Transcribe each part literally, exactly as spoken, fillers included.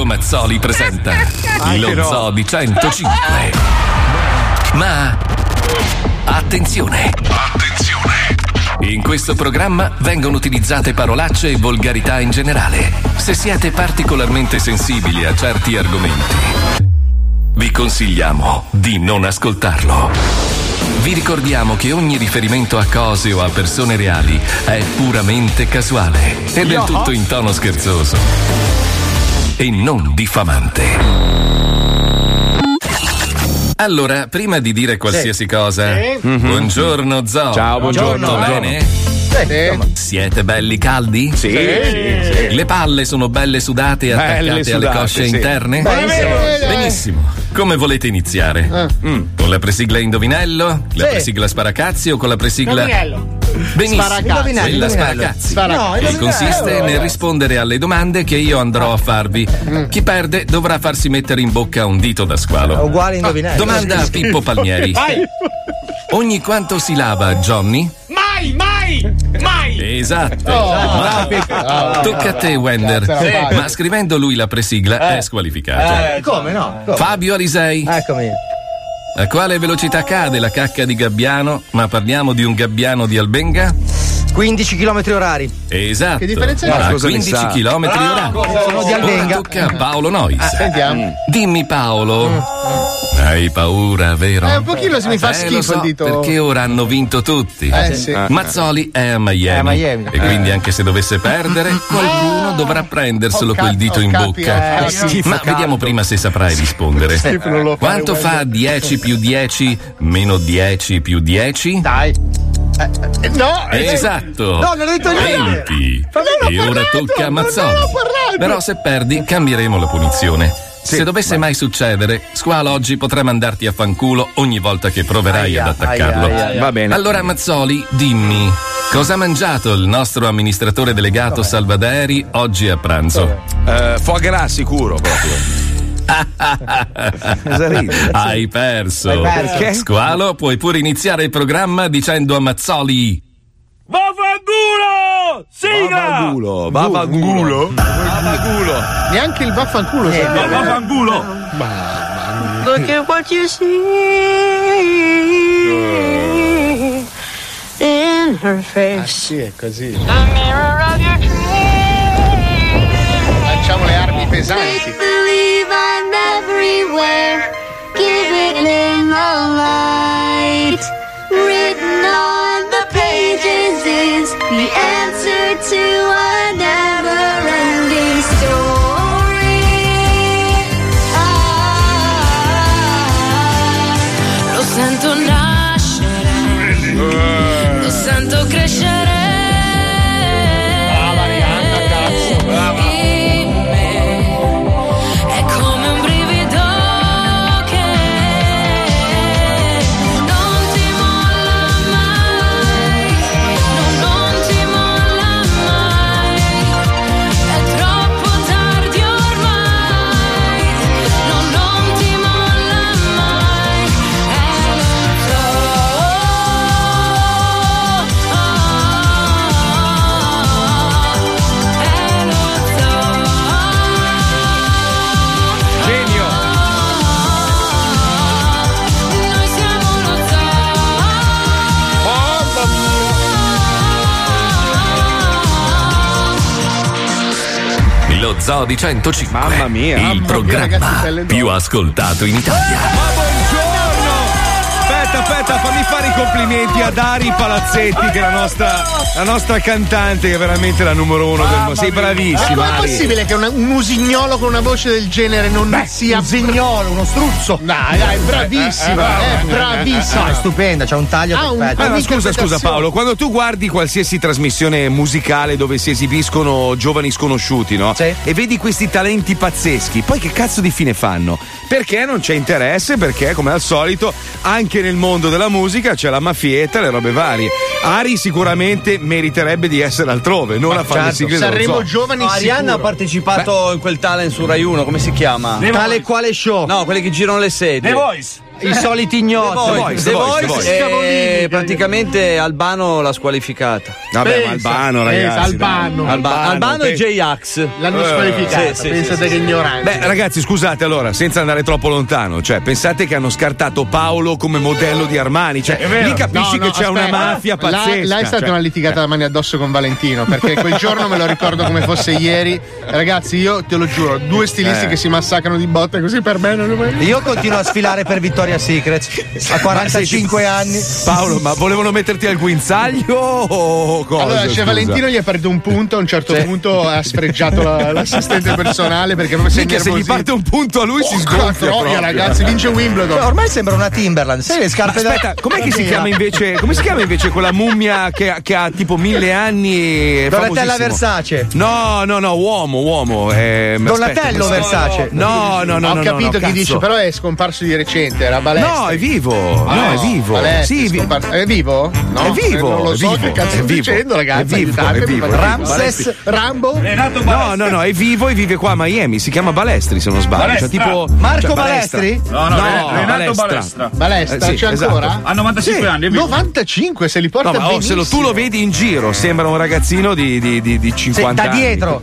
Mazzoli presenta lo no. Zoo di centocinque. Ma attenzione! Attenzione! In questo programma vengono utilizzate parolacce e volgarità in generale. Se siete particolarmente sensibili a certi argomenti, vi consigliamo di non ascoltarlo. Vi ricordiamo che ogni riferimento a cose o a persone reali è puramente casuale e del tutto in tono scherzoso e non diffamante. Allora, prima di dire qualsiasi sì. cosa, sì. buongiorno Zoo. Ciao, buongiorno. Tutto bene? Sì. Siete belli caldi? Sì. Sì. Sì. Le palle sono belle sudate e attaccate belle sudate, alle cosce sì. interne? Benissimo. Benissimo. Come volete iniziare? Ah. Mm. Con la presigla indovinello? La sì. presigla sparacazzi o con la presigla... Indovinello. Benissimo, Sparacazzi. quella sparacazzi. No, che consiste nel rispondere alle domande che io andrò a farvi. Mm. Chi perde dovrà farsi mettere in bocca un dito da squalo. Uguale indovinello. Domanda a Pippo Palmieri. Vai. Ogni quanto si lava Johnny? Mai, mai, mai. Esatto. Oh, Ma- bravo. Tocca a te, Wender. Sì. Ma scrivendo lui la presigla Eh. è squalificata. Eh, come no? Come? Fabio Alisei. Eccomi. A quale velocità cade la cacca di gabbiano? Ma parliamo di un gabbiano di Albenga? quindici chilometri orari. Esatto. Che differenza a è? quindici chilometri orari. Sono di Ora Albenga. tocca a Paolo Nois. Ah, sentiamo. Dimmi Paolo, hai paura, vero? Eh, un pochino se mi fa Eh, schifo lo so, il dito. perché ora hanno vinto tutti. Eh, sì. Mazzoli è a Miami, È a Miami. e quindi anche se dovesse perdere qualcuno dovrà prenderselo Oh, quel dito oh, in capi, bocca. eh, schifo, Ma caldo. vediamo prima se saprai rispondere. Schifo, non lo fare, Quanto guarda. fa dieci più dieci meno dieci più dieci? Dai. Eh, no, eh, Esatto. No, non ho detto niente. venti. non E ho ora parlato, tocca a non ho Mazzoli. parlato. Però se perdi cambieremo la punizione. Se dovesse mai succedere, Squalo oggi potrà mandarti a fanculo ogni volta che proverai Aia, ad attaccarlo. aia, aia, aia. Va bene. Allora Mazzoli, dimmi, cosa ha mangiato il nostro amministratore delegato Salvaderi oggi a pranzo? Eh, foie gras sicuro proprio. Cosa ridi? Hai perso. Hai perso. Perché? Squalo, puoi pure iniziare il programma dicendo a Mazzoli: Vaffanculo! Sigla! Vaffanculo, vaffanculo. Vaffanculo. neanche il vaffanculo. Eh, sai? Vaffanculo! Look at what you see in her Ah, face. sì, è così. The mirror of your dreams. Lanciamo le armi pesanti. Make believe I'm everywhere. Give it in the light. Written on the pages is the answer to a never-ending story. Ah, lo sento nascere, lo sento crescere. Brava Rihanna, cazzo, brava. In me è come un brivido che non ti molla mai, no, non ti molla mai. È troppo tardi ormai, no, non ti molla mai. E lo so, e lo so. Genio. Noi siamo lo zoo. Lo Zoo di centocinque. Mamma mia. Il Mamma mia, programma ragazzi, belle più donne. ascoltato in Italia. Ma buongiorno! Aspetta, aspetta, fammi fare i complimenti a Dari Palazzetti, che è la nostra, la nostra cantante, che è veramente la numero uno del mondo. Sei Ma bravissima. com'è Ari. possibile che una- un musignolo con una voce del genere non sia Un zignolo, uno struzzo. Dai, dai, bravissima, eh, bravissima. No, è stupenda, c'ha un taglio Ah, un- perfetto. Allora, scusa, scusa Un'interpretazione. Paolo, quando tu guardi qualsiasi trasmissione musicale dove si esibiscono giovani sconosciuti, no? Sì. E vedi questi talenti pazzeschi, poi che cazzo di fine fanno? Perché non c'è interesse? Perché, come al solito, anche nel mondo della musica c'è la maffietta e le robe varie. Ari sicuramente meriterebbe di essere altrove, non a fare le certo, sigle dello Saremo zoo. giovani No, Arianna ha sicuro. partecipato in quel talent su Rai uno, come si chiama? Tale quale show. No, quelli che girano le sedie. The Voice! I soliti ignoti. The Voice, The Voice, e praticamente Albano l'ha squalificata. Vabbè, ma Albano, ragazzi. Albano. dai. Albano, Albano e J-Ax L'hanno Eh, squalificata. sì, sì, Pensate sì, che sì. ignoranza. Beh, ragazzi, scusate, allora, senza andare troppo lontano, cioè, pensate che hanno scartato Paolo come modello di Armani, cioè, lì capisci No, no, che c'è una aspetta. mafia Là- pazzesca. Là, è stata cioè. una litigata da mani addosso con Valentino, perché quel giorno me lo ricordo come fosse ieri. Ragazzi, io te lo giuro, due stilisti Eh. che si massacrano di botte così per me non è. Io continuo a sfilare per Victoria's Secret a quarantacinque anni. Paolo, ma volevano metterti al guinzaglio o cosa? Allora, c'è scusa? Valentino gli ha perduto un punto, a un certo punto ha sfregiato la- l'assistente personale perché proprio si è Minchia, se gli innervosito. parte un punto a lui si sgonfia Troia, proprio. ragazzi, vince Wimbledon. Beh, ormai sembra una Timberland. Sai le scarpe da- Aspetta, com'è che si chiama invece? Come si chiama invece quella mummia che, che ha tipo mille anni? e Donatella famosissimo? Versace. No, no, no, uomo, uomo. Eh, Donatello aspetta, Versace. No, no, no, Ho no, capito no, chi cazzo. dice, però è scomparso di recente, era Balestri. No, è vivo. No, è vivo. Balestri, Sì, vi- scomparso. È vivo? No, È vivo, eh, Non lo è so vivo, che cazzo è sto vivo, dicendo, ragazzi. è vivo, aiutatemi, è vivo, ma- è vivo. Ramses, Rambo? No, no, no, è vivo e vive qua a Miami. Si chiama Balestri, se non sbaglio. Cioè, Balestra. tipo, Marco cioè, Balestri? No, no, Renato Balestra. Balestra. Balestra, Eh, sì, c'è esatto. ancora? Ha novantacinque Sì. anni, è vivo. novantacinque, se li porta No, ma oh, se lo, tu lo vedi in giro, sembra un ragazzino di, di, di, di Sì, cinquanta da anni. dietro.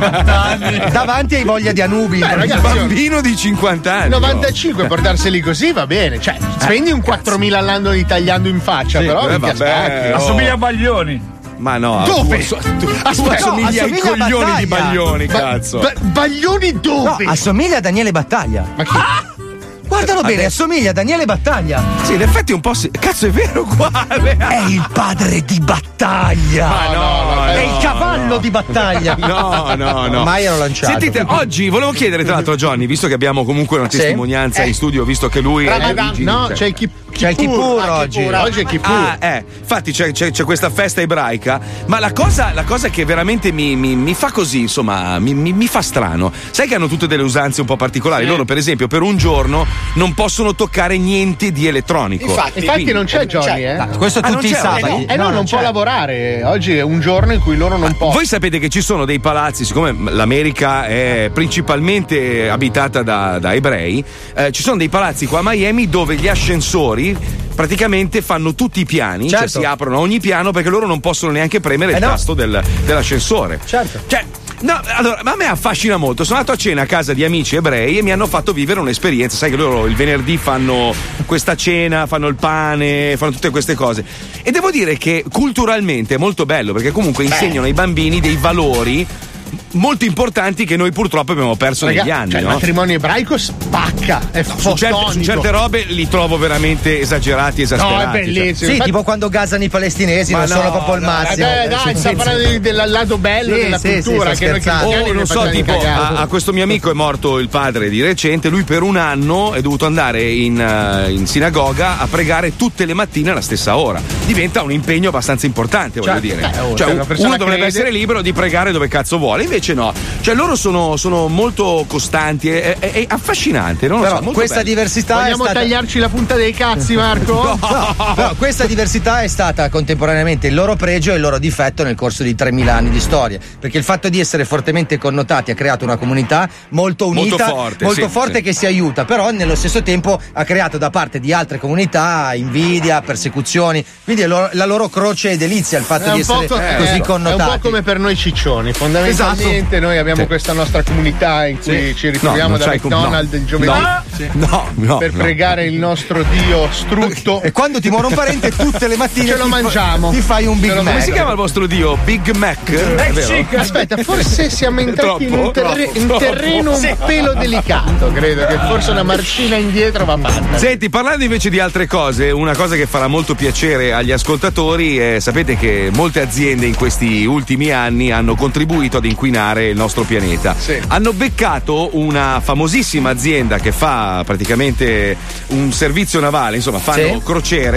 Davanti hai voglia di Anubi. Beh, Un ragazzi, bambino di cinquanta anni. novantacinque, portarseli così va bene. Cioè, spendi un quattromila all'anno di tagliando in faccia, però eh, minchia, vabbè. spacchi. Oh. Assomiglia a Baglioni. Ma no, Dove? Tu, tu, tu Aspetta, assomigli ai assomiglia a coglioni di Battaglia. Baglioni, Ba- cazzo. ba- Baglioni No, dove? assomiglia a Daniele Battaglia. Ma che? Guardalo bene, Adesso- assomiglia a Daniele Battaglia. Sì, in effetti un po' sì. Cazzo, è vero, uguale. È il padre di Battaglia. Ma no, È no, il cavallo di Battaglia. No, no, no. Ormai ero lanciato. Sentite, oggi volevo chiedere tra l'altro a Johnny, visto che abbiamo comunque una Sì. testimonianza Eh. in studio, visto che lui è Ramadan, vigile, no, cioè. c'è il Kip- C'è il Kippur ah, oggi. Oggi è Kippur. Ah, eh, infatti c'è, c'è- c'è questa festa ebraica, ma la cosa, la cosa che veramente mi, mi- mi fa così, insomma, mi, mi- mi fa strano, sai che hanno tutte delle usanze un po' particolari. Loro, per esempio, per un giorno non possono toccare niente di elettronico. Infatti, Quindi- non c'è Johnny, eh? Ah, questo Ah, non tutti i c'è sabati. oggi? Eh no, non può c'è. lavorare. Oggi è un giorno in cui loro non possono. Voi sapete che ci sono dei palazzi, siccome l'America è principalmente abitata da, da ebrei, eh, ci sono dei palazzi qua a Miami dove gli ascensori praticamente fanno tutti i piani, Certo. cioè si aprono a ogni piano perché loro non possono neanche premere Eh il no. tasto del- dell'ascensore. Certo. Cioè, no, allora, ma a me affascina molto. Sono andato a cena a casa di amici ebrei e mi hanno fatto vivere un'esperienza. Sai che loro il venerdì fanno questa cena, fanno il pane, fanno tutte queste cose. E devo dire che culturalmente è molto bello perché comunque insegnano ai bambini dei valori molto importanti che noi purtroppo abbiamo perso Raga, negli anni. cioè, il no? matrimonio ebraico spacca. È Su certe, su fotonico. certe robe li trovo veramente esagerati, No, esasperati. è bellissimo. Sì, Infatti- tipo quando gasano i palestinesi, Ma non no, sono proprio il no, massimo. Eh, dai, sta parlando di- del lato bello Sì, della sì, sì, cultura. sto che noi scherzando. cristiani Oh, ne non so, facciamo tipo, cagare. a, a questo mio amico è morto il padre di recente. Lui per un anno è dovuto andare in, eh, in sinagoga a pregare tutte le mattine alla stessa ora. Diventa un impegno abbastanza importante, voglio Certo, dire. eh, oh, cioè, se una uno persona dovrebbe crede- essere libero di pregare dove cazzo vuole, invece no. Cioè, loro sono, sono molto costanti, è, è- è affascinante. Non lo Però so, molto questa bello. diversità Vogliamo è stata... tagliarci la punta dei cazzi, Marco? Però questa diversità è stata contemporaneamente il loro pregio e il loro difetto nel corso di tremila anni di storia, perché il fatto di essere fortemente connotati ha creato una comunità molto unita, Molto forte, molto sì, forte sì. che si aiuta, però nello stesso tempo ha creato da parte di altre comunità invidia, persecuzioni, quindi è loro- la loro croce e delizia il fatto È di un, po essere co- così eh, è un connotati. po' come per noi ciccioni. Fondamentalmente noi abbiamo Sì. questa nostra comunità in cui ci No, ritroviamo non da c'hai com- McDonald's no. il giovedì No, no, no, per no. pregare il nostro Dio strutto. E quando ti muore un parente tutte le mattine Ce lo ti fa- mangiamo. ti fai un Big Ce lo- Mac. Come si chiama il vostro dio? Big Mac? È vero? Aspetta, forse siamo entrati in un, Troppo, terre- troppo, in troppo. terreno un pelo delicato. Credo che forse una marcina indietro va fatta. Senti, parlando invece di altre cose, una cosa che farà molto piacere agli ascoltatori è, sapete che molte aziende in questi ultimi anni hanno contribuito ad inquinare il nostro pianeta. Sì. Hanno beccato una famosissima azienda che fa praticamente un servizio navale, insomma fanno Sì. crociere,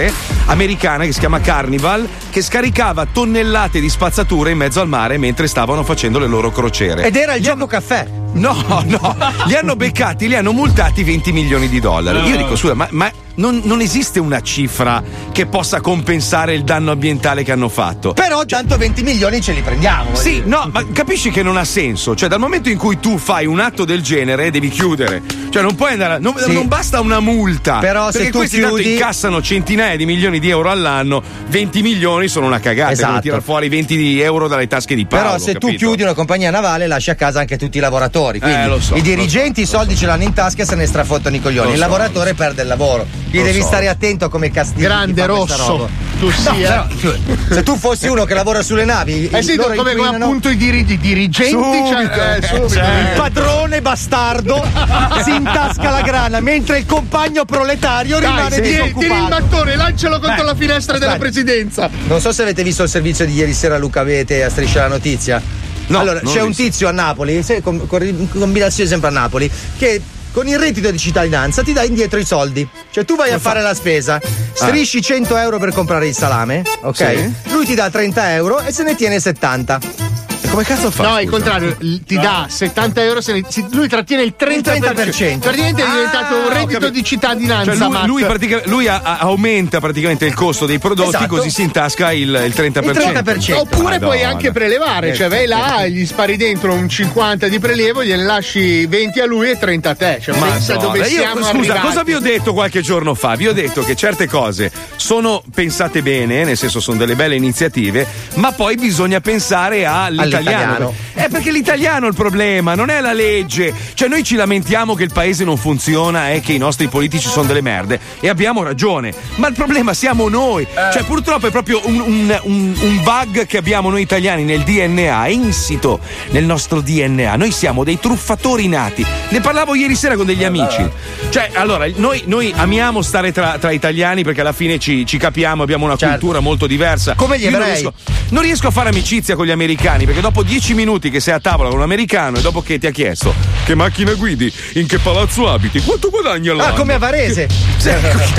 americana che si chiama Carnival, che scaricava tonnellate di spazzatura in mezzo al mare mentre stavano facendo le loro crociere. Ed era il gioco caffè. No, no, li hanno beccati, li hanno multati venti milioni di dollari. Io dico, scusa, ma, ma non, non esiste una cifra che possa compensare il danno ambientale che hanno fatto. Però tanto venti milioni ce li prendiamo. Sì, no, ma capisci che non ha senso. Cioè, dal momento in cui tu fai un atto del genere, devi chiudere. Cioè, non puoi andare. Non, Sì. non basta una multa. Però perché se tu questi tanto chiudi- incassano centinaia di milioni di euro all'anno, venti milioni sono una cagata. Esatto. Devono tirare fuori venti di euro dalle tasche di Paolo. Però se tu capito? chiudi una compagnia navale lasci a casa anche tutti i lavoratori. Quindi Eh, lo so, i dirigenti lo i soldi ce l'hanno in tasca e se ne strafottono i coglioni. Lo Il so, lavoratore perde il lavoro. Quindi Lo devi so. stare attento a come castighi. Grande chi fa questa Rosso, roba. tu No, sia. però, se tu fossi uno che lavora sulle navi, Eh sì, loro come, come inquinano- appunto i, diri- i dirigenti, Subito. cioè, eh, subito. Il padrone bastardo si intasca la grana mentre il compagno proletario Dai, rimane sì, tiri, tiri il disoccupato. mattone, lancialo contro Beh, la finestra della aspetta. presidenza. Non so se avete visto il servizio di ieri sera Luca Vete a Striscia la Notizia. No, allora, non c'è l'ho un visto. tizio a Napoli, se- con, con in combinazione sempre a Napoli, che con il reddito di cittadinanza ti dà indietro i soldi. Cioè tu vai a fare la spesa, strisci cento euro per comprare il salame, ok? Sì. Lui ti dà trenta euro e se ne tiene settanta. Come cazzo fa? No, scusa? il contrario, l- ti dà settanta euro, se ne- si- lui trattiene il trenta per cento. Il trenta per cento. Praticamente è diventato un Ah, ho reddito capito. di cittadinanza. Cioè lui, Matt. lui, pratica- lui a- a- aumenta praticamente il costo dei prodotti, Esatto. così si intasca il, il trenta per cento. Il trenta per cento. Oppure puoi Madonna. anche prelevare, cioè vai là, gli spari dentro un cinquanta di prelievo, gliene lasci venti a lui e trenta a te. Cioè, pensa Madonna. dove Io, siamo scusa, arrivati. cosa vi ho detto qualche giorno fa? Vi ho detto che certe cose sono pensate bene, nel senso sono delle belle iniziative, ma poi bisogna pensare all'italiano. All'italiano. È perché l'italiano è il problema, non è la legge. Cioè noi ci lamentiamo che il paese non funziona e che i nostri politici sono delle merde e abbiamo ragione, ma il problema siamo noi. Cioè purtroppo è proprio un, un- un- un bug che abbiamo noi italiani nel D N A, è insito nel nostro D N A. Noi siamo dei truffatori nati. Ne parlavo ieri sera con degli amici. Cioè, allora, noi, noi amiamo stare tra, tra italiani perché alla fine ci, ci capiamo, abbiamo una Certo. cultura molto diversa. Come gli Io non ebrei. riesco, non riesco a fare amicizia con gli americani perché dopo dieci minuti che sei a tavola con un americano e dopo che ti ha chiesto che macchina guidi, in che palazzo abiti, quanto guadagni all'anno? Ah, come a Varese. Sì,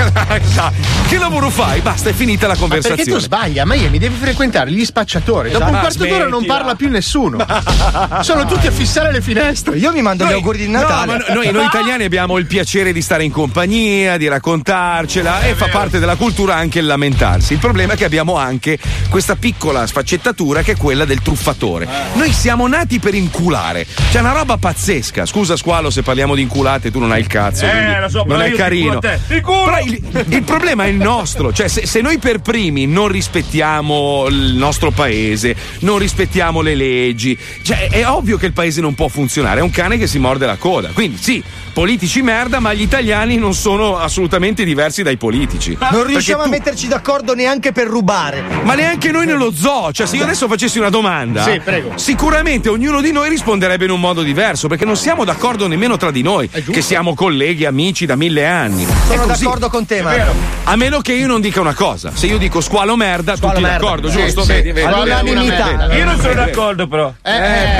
che lavoro fai? Basta, è finita la Ma perché tu conversazione. sbagli? A Miami devi frequentare gli spacciatori. Dopo un Ma quarto d'ora non smettila. parla più nessuno. Sono tutti a fissare le finestre. Io mi mando gli auguri di Natale. No, ma noi, noi italiani abbiamo il piacere di stare in compagnia, di raccontarcela e fa parte della cultura anche il lamentarsi. Il problema è che abbiamo anche questa piccola sfaccettatura che è quella del truffatore. Noi siamo nati per inculare. C'è una roba pazzesca. Scusa Squalo se parliamo di inculate, tu non hai il cazzo. quindi lo so, non però è io ti carino. culo a te. Ti culo! Però il, il problema è il nostro. Cioè, se, se noi per primi non rispettiamo il nostro paese, non rispettiamo le leggi, cioè è ovvio che il paese non può funzionare. È un cane che si morde la coda. Quindi sì, politici merda, ma gli italiani non sono assolutamente diversi dai politici. Non riusciamo Perché a tu- metterci d'accordo neanche per rubare. Ma neanche noi nello zoo. Cioè, se io adesso facessi una domanda, Sì, prego. sicuramente ognuno di noi risponderebbe in un modo diverso, perché non siamo d'accordo nemmeno tra di noi, che siamo colleghi, amici da mille anni. Sono È così. d'accordo con te, Marco. A meno che io non dica una cosa. Se io dico squalo merda, Squalo tutti merda. d'accordo, Sì, giusto? sì. Vedi, vedi. All'unanimità. Io non sono d'accordo, però. Eh,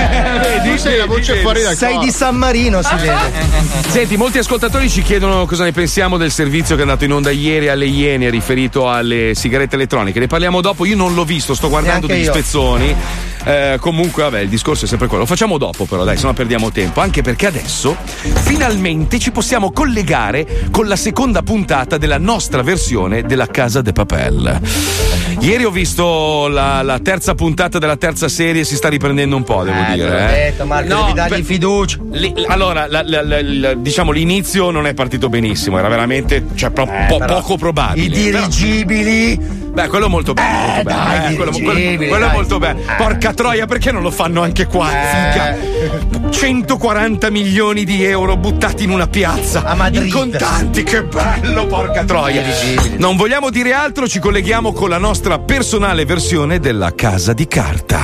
eh, tu sei la voce vedi, fuori dal Sei coro. di San Marino, si vede. Senti, molti ascoltatori ci chiedono cosa ne pensiamo del servizio che è andato in onda ieri alle Iene riferito alle sigarette elettroniche. Ne parliamo dopo, io non l'ho visto, sto guardando Neanche degli io. spezzoni. Eh, comunque, vabbè, il discorso è sempre quello. Lo facciamo dopo, però, dai, se no perdiamo tempo. Anche perché adesso finalmente ci possiamo collegare con la seconda puntata della nostra versione della Casa de Papel. Ieri ho visto la, la terza puntata della terza serie, si sta riprendendo un po', devo Eh, te dire. l'ho eh. detto, Marco, devi dargli beh, fiducia. li- allora, la- la- la- la- diciamo l'inizio non è partito benissimo, era veramente cioè, pro- po- però poco probabile. I dirigibili. Beh, quello è molto bello. molto bello, dai, eh, quello, dirigibili, quello- quello è dai. molto bello. Porca troia, perché non lo fanno anche qua? Eh. Figa. centoquaranta milioni di euro buttati in una piazza. A Madrid. In contanti, che bello, porca troia. Dirigibili. Non vogliamo dire altro, ci colleghiamo con la nostra personale versione della Casa di Carta.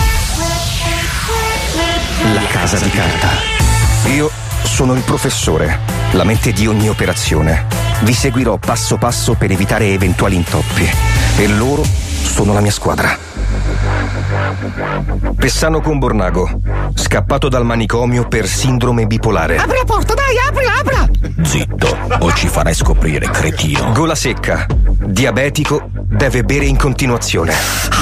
La casa di carta. Io sono il professore, la mente di ogni operazione. Vi seguirò passo passo per evitare eventuali intoppi. E loro sono la mia squadra. Pessano con Bornago, scappato dal manicomio per sindrome bipolare. Apri la porta, dai, apri, apri! Zitto, o ci farai scoprire, cretino. Gola secca, diabetico, deve bere in continuazione.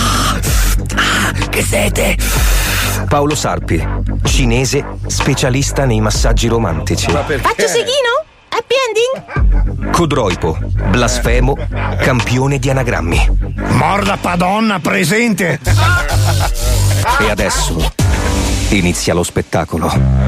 Che sete! Paolo Sarpi, cinese, specialista nei massaggi romantici. Faccio seghino? Happy ending? Codroipo, blasfemo, campione di anagrammi. Morda padonna presente! E adesso inizia lo spettacolo.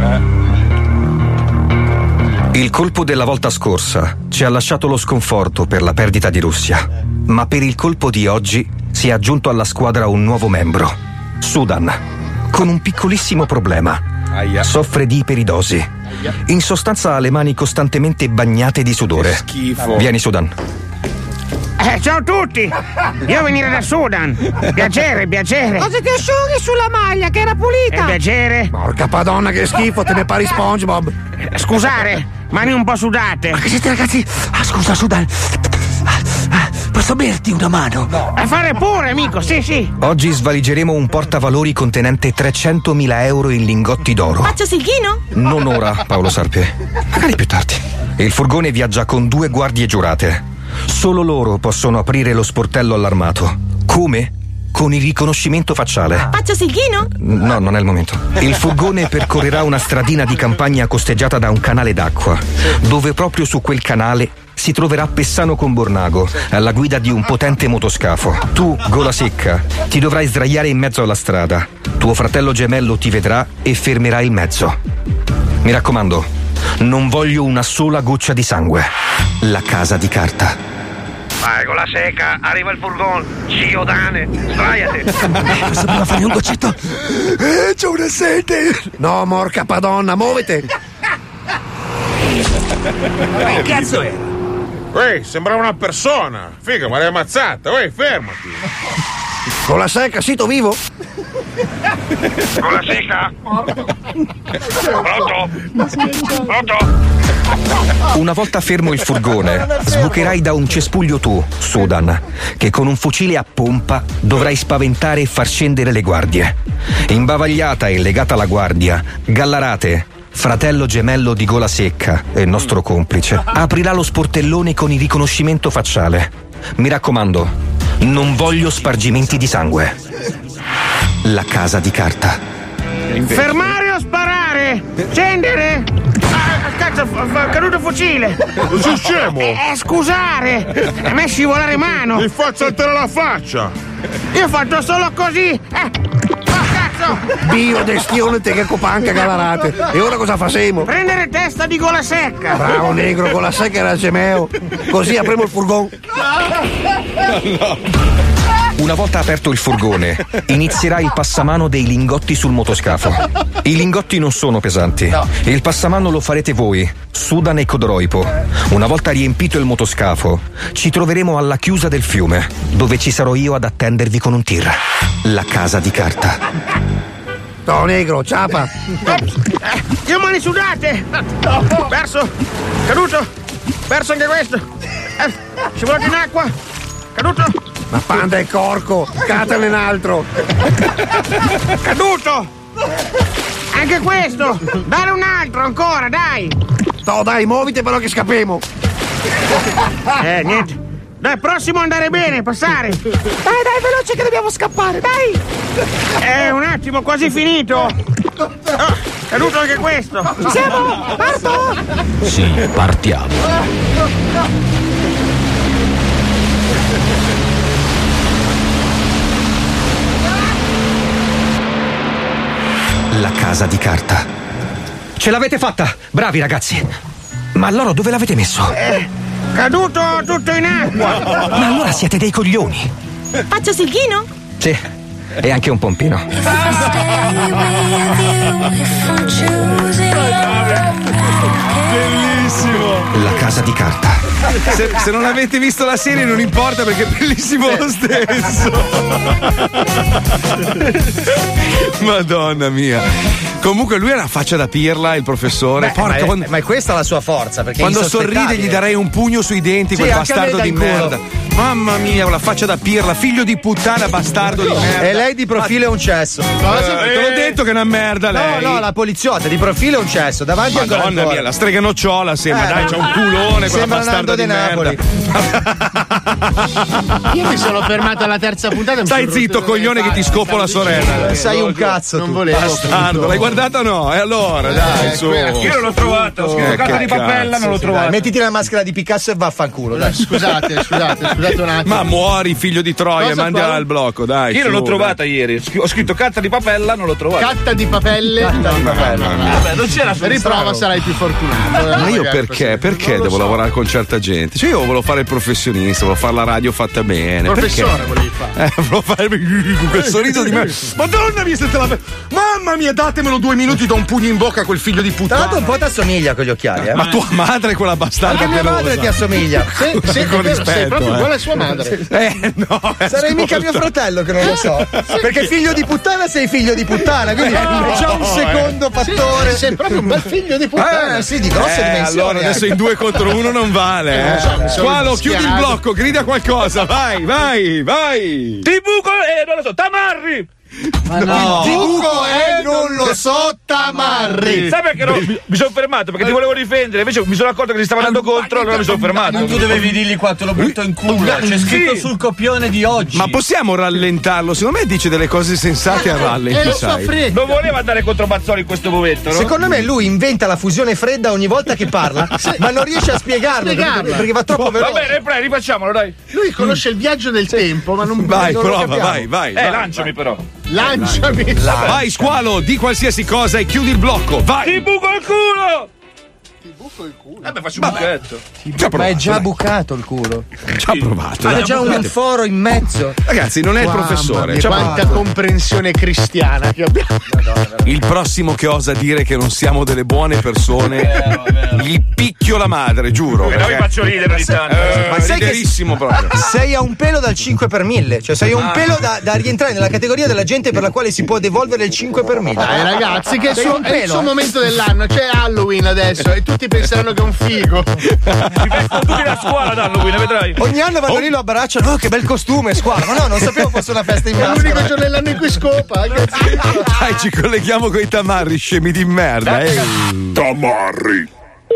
Il colpo della volta scorsa ci ha lasciato lo sconforto per la perdita di Russia, ma per il colpo di oggi si è aggiunto alla squadra un nuovo membro, Sudan, con un piccolissimo problema. Soffre di iperidosi. In sostanza ha le mani costantemente bagnate di sudore. Che schifo. Vieni, Sudan. Eh, ciao a tutti! Io venire da Sudan! Piacere, piacere! Cosa che asciughi sulla maglia che era pulita? E piacere! Porca padonna che schifo, te ne pari SpongeBob! Scusare, mani un po' sudate! Ma che siete ragazzi? Ah, scusa, Sudan! Posso berti una mano? No. A fare pure, amico, sì, sì! Oggi svaligeremo un portavalori contenente trecentomila euro in lingotti d'oro. Faccio silghino? Non ora, Paolo Sarpi. Magari più tardi. Il furgone viaggia con due guardie giurate. Solo loro possono aprire lo sportello allarmato. Come? Con il riconoscimento facciale. Faccio silghino? No, non è il momento. Il furgone percorrerà una stradina di campagna costeggiata da un canale d'acqua, dove proprio su quel canale si troverà Pessano con Bornago, alla guida di un potente motoscafo. Tu, gola secca, ti dovrai sdraiare in mezzo alla strada. Tuo fratello gemello ti vedrà e fermerà il mezzo. Mi raccomando, non voglio una sola goccia di sangue. La casa di carta. Vai, con la secca, arriva il furgone. Ciodane, sdraiate. Posso prima farmi un goccetto? Eh, c'ho una sete! No, morca padonna, muovete! Che cazzo è? Ehi, sembrava una persona. Figa, ma l'hai ammazzata. Ehi, fermati. Con la secca, sito vivo? Con la secca? Pronto? Pronto? Una volta fermo il furgone, sbucherai da un cespuglio tu, Sudan, che con un fucile a pompa dovrai spaventare e far scendere le guardie. Imbavagliata e legata alla guardia, Gallarate, fratello gemello di gola secca e nostro complice, aprirà lo sportellone con il riconoscimento facciale. Mi raccomando, non voglio spargimenti di sangue. La casa di carta. Fermare o sparare? Scendere? Ah, cazzo, f- f- caduto fucile! Sei scemo? Eh, eh, scusare! A me scivolare mano! Mi faccia saltare la faccia! Io ho fatto solo così! Eh! Oh, cazzo! Dio, destione te che copanca Gallarate! E ora cosa facciamo? Prendere testa di gola secca! Bravo negro, con la secca era il gemeo! Così apriamo il furgone! Una volta aperto il furgone, inizierà il passamano dei lingotti sul motoscafo. I lingotti non sono pesanti. No. Il passamano lo farete voi, Sudan e Codroipo. Una volta riempito il motoscafo, ci troveremo alla chiusa del fiume, dove ci sarò io ad attendervi con un tir. La casa di carta. No, negro, ciapa! Eh, io mani sudate! Perso! Caduto! Perso anche questo! Eh, scivolato in acqua! Caduto! Ma panda e corco, catene in altro! Caduto! Anche questo! Dare un altro ancora, dai! No, dai, muovite però che scappiamo! Eh, niente! Dai, prossimo andare bene, passare! Dai, dai, veloce che dobbiamo scappare, dai! Eh, un attimo, quasi finito! Oh, caduto anche questo! Ci siamo? Parto? Sì, partiamo. La casa di carta. Ce l'avete fatta! Bravi ragazzi! Ma allora dove l'avete messo? Eh, caduto tutto in acqua! Ma allora siete dei coglioni! Faccio silghino? Sì, e anche un pompino. Bellissimo! La casa di carta. Se, se non avete visto la serie non importa perché è bellissimo lo stesso. Madonna mia. Comunque lui ha una faccia da pirla, il professore. Beh, Porca, ma, è, quando, ma è questa la sua forza. Perché quando è sorride gli darei un pugno sui denti, Sì, quel anche a me bastardo dai di culo. merda. Mamma mia, la faccia da pirla, figlio di puttana, bastardo di merda. E Lei di profilo è un cesso. Cosa? Eh, te l'ho detto che è una merda lei. No, no, la poliziotta di profilo è un cesso. Davanti a Madonna mia, la strega nocciola sembra, Eh, dai, c'ha un culone, quella sembra bastarda Nando di De Napoli. merda. Io mi sono fermato alla terza puntata. e mi Stai sono zitto, rotto coglione, che ti scopo la sorella. Eh, Sei un cazzo. Non tu. volevo. Bastardo, l'hai guardata o no? E allora, dai, Eh, su. quella- Io non l'ho trovata, ho scritto Eh, carta che di papella, cazzo, non l'ho sì, trovata. Mettiti la maschera di Picasso e vaffanculo. Dai. Scusate, scusate, scusate un attimo. Ma muori, figlio di Troia, Cosa mandala qua? al blocco, dai. Io non su, l'ho dai. trovata ieri. Ho scritto carta di papella, non l'ho trovata. Catta di papelle. Vabbè, non c'era sul Riprova, strano. sarai più fortunato. Ma io Magari perché? così. Perché Non lo devo so. lavorare con certa gente? Cioè io volevo fare il professionista, volevo fare la radio fatta bene. Professore Perché? volevi fare. Eh, volevo fare con quel sorriso di me. Madonna mia, se te la. Mamma mia, datemelo due minuti, do un pugno in bocca a quel figlio di Tra l'altro puttana. un po' ti assomiglia con gli occhiali, eh. Ma tua madre è quella bastarda. Anche mia pelosa. madre ti assomiglia. Sì, sì, Con è vero, sei rispetto, proprio eh. uguale a sua madre. Eh, no. Sarei ascolta. mica mio fratello che non lo so. Perché figlio di puttana sei figlio di puttana, quindi è già un secondo fattore. Sei proprio un bel figlio di puttana. Eh sì, di grosse Eh, dimensioni. allora adesso eh. in due contro uno non vale. Eh, Eh, non so, mi sono Squalo, chiudi il schierato. blocco, grida qualcosa. Vai, vai, vai. Ti buco, eh, non lo so, tamarri! Ma no. Il buco è non lo so, tamarri. Sai perché no? mi, mi sono fermato? Perché ti volevo difendere, invece mi sono accorto che ti stava andando contro, allora mi sono fermato. Tu dovevi dirgli qua, te lo butto in culo. C'è scritto sul copione di oggi. Ma possiamo rallentarlo? Secondo me dice delle cose sensate a rallenti, sai. Non voleva andare contro Mazzoli in questo momento, no? Secondo me lui inventa la fusione fredda ogni volta che parla, ma non riesce a spiegarlo Spiegarla. perché, perché va troppo Va veloce. bene, pre, rifacciamolo, dai. Lui conosce il viaggio del tempo, ma non Vai, non lo prova, capiamo. vai, vai. Eh, vai, lanciami però. Lanciami. Vai, Squalo, di qualsiasi cosa e chiudi il blocco. Ti Vai. buco il culo! Ti buco il culo? Vabbè, faccio un buchetto. Ci ha Ma è provato, già dai. bucato il culo. Ci ha provato. Ha dai. già un foro in mezzo. Ragazzi, non è il Mamma professore. mia, Ci ha quanta provato. comprensione cristiana che abbiamo. Il prossimo che osa dire che non siamo delle buone persone, gli picchio la madre, giuro. Però vi faccio ridere ogni tanto. Eh, Ma sai che- riderissimo proprio. Sei a un pelo dal cinque per mille, cioè sei a un pelo da, da rientrare nella categoria della gente per la quale si può devolvere il cinque per mille. Dai ragazzi, che è il Sei suo, un è il pelo. suo momento dell'anno, c'è Halloween adesso e tutti penseranno che è un figo. Mi vestono tutti da scuola danno qui, ne vedrai. Ogni anno vanno lì, lo abbracciano, oh che bel costume, squadra. Ma no, non sapevo fosse una festa in È l'unico maschera. giorno dell'anno in cui scopa. Dai, ci colleghiamo con i tamarri, scemi di merda. Eh. Tamarri.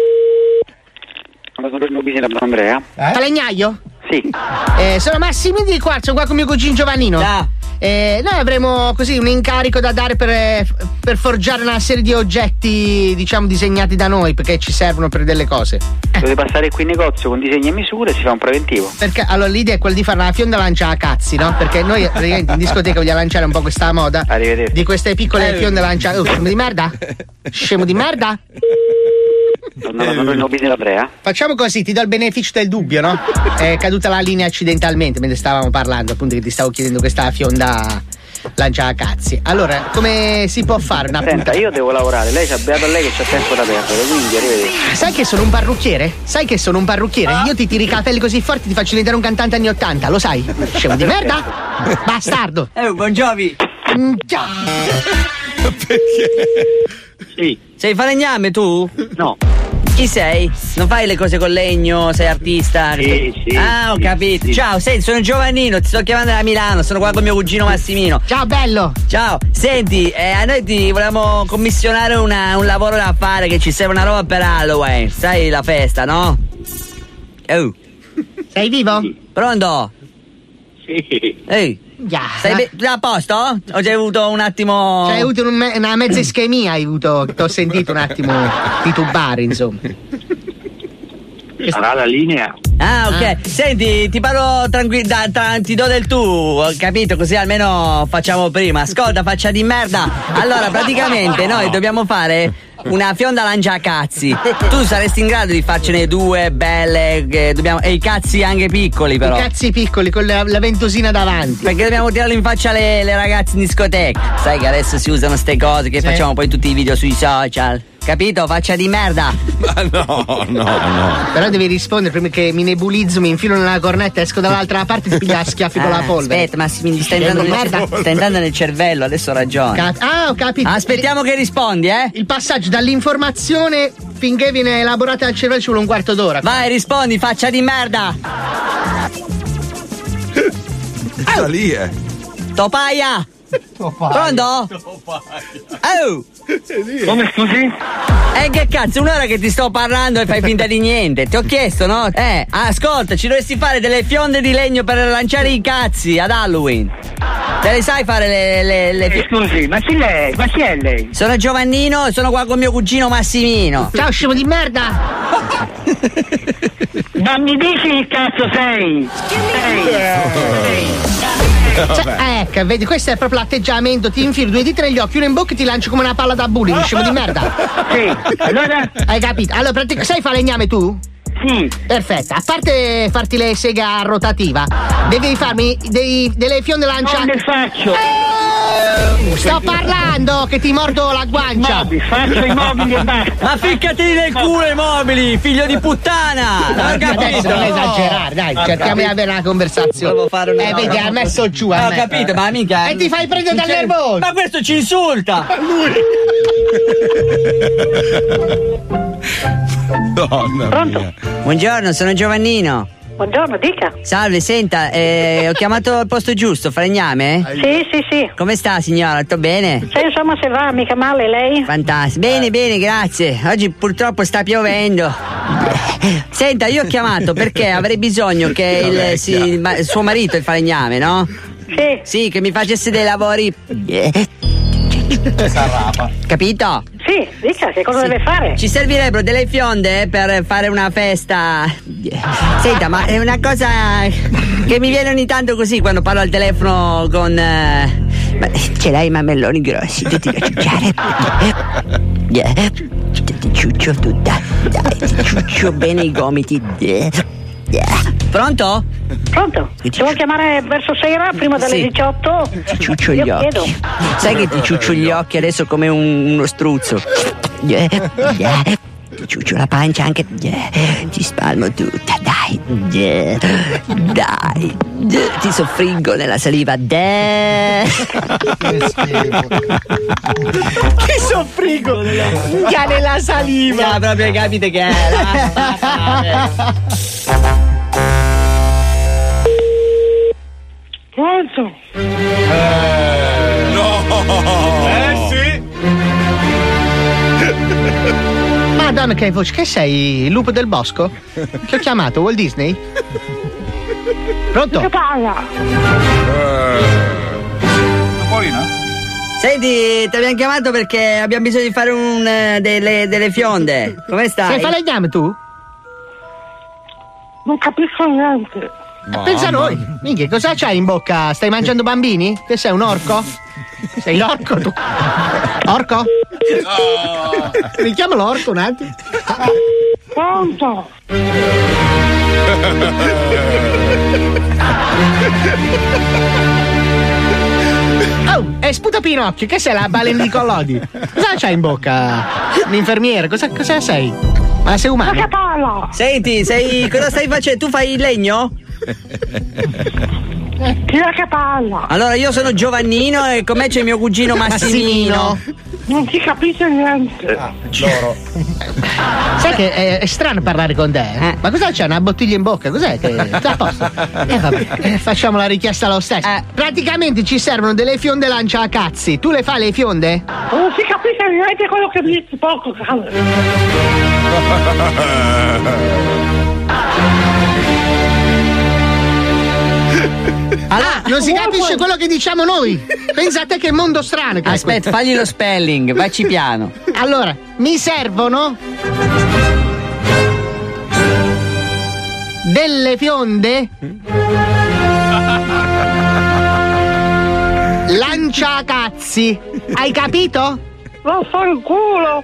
Andrea? Falegnaio? Sì. Eh, sono Massimini di Quarzo, qua con mio cugino Giovannino. Eh, noi avremo così un incarico da dare per, per forgiare una serie di oggetti, diciamo, disegnati da noi, perché ci servono per delle cose. Dovete passare qui in negozio con disegni e misure e si fa un preventivo. Perché allora l'idea è quella di fare una fionda lancia a cazzi, no? Perché noi praticamente in discoteca vogliamo lanciare un po' questa moda Arrivederci. di queste piccole fionde lancia. Oh, scemo di merda? Scemo di merda? Tornano noi nobili da Brea. Facciamo così, ti do il beneficio del dubbio, no? È caduta la linea accidentalmente mentre stavamo parlando, appunto, che ti stavo chiedendo questa fionda lancia a cazzi. Allora, come si può fare una Senta, io devo lavorare, lei c'ha beato a lei che c'ha tempo da perdere, quindi arrivederci. Sai che sono un parrucchiere? Sai che sono un parrucchiere? Io ti tiri i capelli così forti ti faccio diventare un cantante anni ottanta, lo sai? Scemo di merda? Bastardo! Eh, buongiovi! Già. Sì. Sei falegname tu? No. Chi sei? Non fai le cose con legno, sei artista? Sì, sì, Ah, ho sì, capito. sì. Ciao, senti, sono Giovannino, ti sto chiamando da Milano, sono qua con mio cugino Massimino. Ciao bello! Ciao, senti, eh, a noi ti volevamo commissionare una- un lavoro da fare, che ci serve una roba per Halloween. Sai la festa, no? Oh, Sei vivo? pronto? Sì. Ehi, Già. stai be- a posto? O hai avuto un attimo... Cioè, hai avuto un me- una mezza ischemia, hai avuto. Ti ho sentito un attimo titubare, insomma. Sarà la linea. Ah, ok. Senti, ti parlo tranquillo, ti do del tu, ho capito? Così almeno facciamo prima. Ascolta, faccia di merda. Allora, praticamente noi dobbiamo fare una fionda lanciacazzi. Tu saresti in grado di farcene due belle, che dobbiamo, e i cazzi anche piccoli, però. I cazzi piccoli con la, la ventosina davanti. Perché dobbiamo tirarlo in faccia alle, le ragazze in discoteca. Sai che adesso si usano ste cose che Sì. facciamo poi tutti i video sui social. Capito? Faccia di merda. Ma no, no, no. Però devi rispondere prima che mi nebulizzo, mi infilo nella cornetta, esco dall'altra parte e ti piglia a schiaffi con Ah, la polvere. Aspetta, Massimo, mi stai entrando, Scemo di nel, merda. stai entrando nel cervello, adesso ho ragione. Ca- ah, ho capito. Aspettiamo che rispondi, eh? Il passaggio dall'informazione finché viene elaborata al cervello ci vuole un quarto d'ora. Vai, rispondi, faccia di merda. Era lì, eh. Topaia. Pronto? Oh! Come scusi? Eh che cazzo, un'ora che ti sto parlando e fai finta di niente. Ti ho chiesto, no? Eh, ascolta, ci dovresti fare delle fionde di legno per lanciare i cazzi ad Halloween. Te le sai fare le, le, le eh, scusi, ma chi lei? Ma chi è lei? Sono Giovannino e sono qua con mio cugino Massimino. Ciao scemo di merda! Ma mi dici che cazzo sei? Cioè, ecco, vedi, questo è proprio l'atteggiamento. Ti infilo due dita negli occhi, uno in bocca e ti lancio come una palla da bowling, scemo di merda. Sì, allora? Hai capito? Allora, pratic- sai falegname tu? Sì. Perfetto, a parte farti le sega rotativa, devi farmi dei, delle fionde lanciate. Non le faccio. Eh, sto parlando che ti mordo la guancia. Mobili, faccio i mobili e basta. Ma ficcati nel culo i mobili, figlio di puttana! No, adesso non esagerare, dai, no, cerchiamo di avere una conversazione. Fare una eh, vedi, ha messo giù. Ho capito, ma mica. E ti fai prendere dal Ci- nervoso. Ma questo ci insulta! Donna Pronto? mia. Buongiorno, sono Giovannino. Buongiorno, dica. Salve, senta, eh, ho chiamato al posto giusto, Falegname? Sì, sì, sì. Come sta signora? Tutto bene? Sì, insomma, se va, mica male lei? Fantastico. Bene, bene, grazie. Oggi purtroppo sta piovendo. Senta, io ho chiamato perché avrei bisogno che il, sì, il ma- il suo marito, il falegname, no? Sì. Sì, che mi facesse dei lavori. Capito? Sì, dica, che cosa Sì. deve fare? Ci servirebbero delle fionde per fare una festa. Senta, ma è una cosa che mi viene ogni tanto così quando parlo al telefono con. eh, ma ce l'hai i mammelloni grossi, tutti da ciucciare. Yeah. Ti ciuccio tutta. Dai, ti ciuccio bene i gomiti. Yeah. Yeah. Pronto? Pronto? Ti vuoi chiamare verso sera, prima delle Sì. diciotto? Ti ciuccio gli Io occhi. chiedo. Sai che ti ciuccio gli occhi adesso come un- uno struzzo. Yeah, yeah. Ti ciuccio la pancia anche. Yeah. Ti spalmo tutta, dai. Yeah. Dai. Yeah. Ti soffriggo nella saliva. Yeah. Che soffrigo! Già nella saliva! No, proprio capite che era. Pronto? No! Eh sì! Madonna che voce, che sei? Il lupo del bosco? Che ho chiamato? Walt Disney? Pronto? Che parla? Senti, ti abbiamo chiamato perché abbiamo bisogno di fare un, eh, delle, delle fionde. Come stai? Sei falegname tu? Non capisco niente. Eh, pensa a noi. Minchia, cosa c'hai in bocca? Stai mangiando bambini? Che sei, un orco? Sei l'orco tu? Orco? No! Mi chiamo l'orco un attimo. Pronto? Oh, e sputa Pinocchio, che sei la balena di Collodi? Cosa c'hai in bocca? Un infermiere, cosa, cosa sei? Ma sei Ma che umano? parla? Senti, sei. Cosa stai facendo? Tu fai il legno? Chi è che parla? Allora, io sono Giovannino e con me c'è mio cugino Massimino. Non si capisce niente. Loro. Sai che è, è strano parlare con te, eh? Ma cosa c'è? Una bottiglia in bocca? Cos'è che. Sta a posto? Eh, vabbè, eh, facciamo la richiesta lo stesso. Eh. Praticamente ci servono delle fionde lancia a cazzi. Tu le fai le fionde? Non si capisce niente quello che dici, poco cane. Ah, non si capisce quello che diciamo noi. Pensate che mondo strano che è Aspetta, fagli lo spelling, vacci piano. questo. Allora, mi servono delle fionde lancia cazzi. Hai capito? Vaffanculo.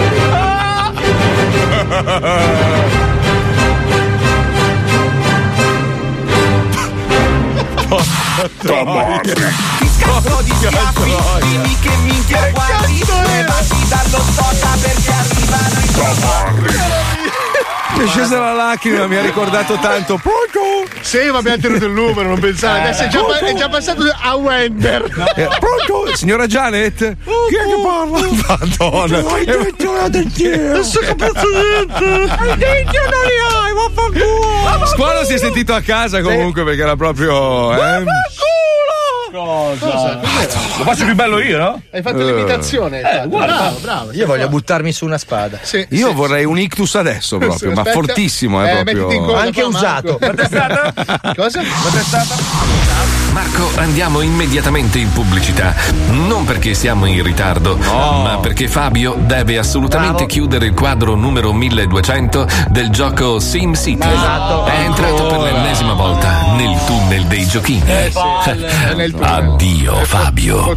Scappo di schiaffi, dimmi che minchia guardi, levati dallo soda perché arrivano i tamarri. Mi è scesa la lacrima, mi ha ricordato tanto. Pronto? Sì, ma abbiamo tenuto il numero, non pensare. Adesso è già, Pronto? è già passato a Wender. Eh, pronto? Signora Janet? Chi è che parla? Madonna. Hai detto la dentiera. Non so capito niente. I denti non li hai, vaffanculo. Squalo si è sentito a casa comunque perché era proprio. Eh? Cosa? Lo faccio più bello io, no? Hai fatto Eh. l'imitazione? hai fatto. guarda. Bravo, bravo. Io voglio buttarmi su una spada. Sì, Io sì. vorrei un ictus adesso proprio, ma Aspetta. fortissimo, eh, Eh, proprio. mettiti in coda, Anche qua, usato. Marco. Cosa? Marco, andiamo immediatamente in pubblicità. Non perché siamo in ritardo, ma perché Fabio deve assolutamente Bravo. chiudere il quadro numero milleduecento del gioco SimCity. Esatto. È entrato per l'ennesima volta nel tunnel dei giochini. Eh, sì, nel tunnel. Addio, Fabio.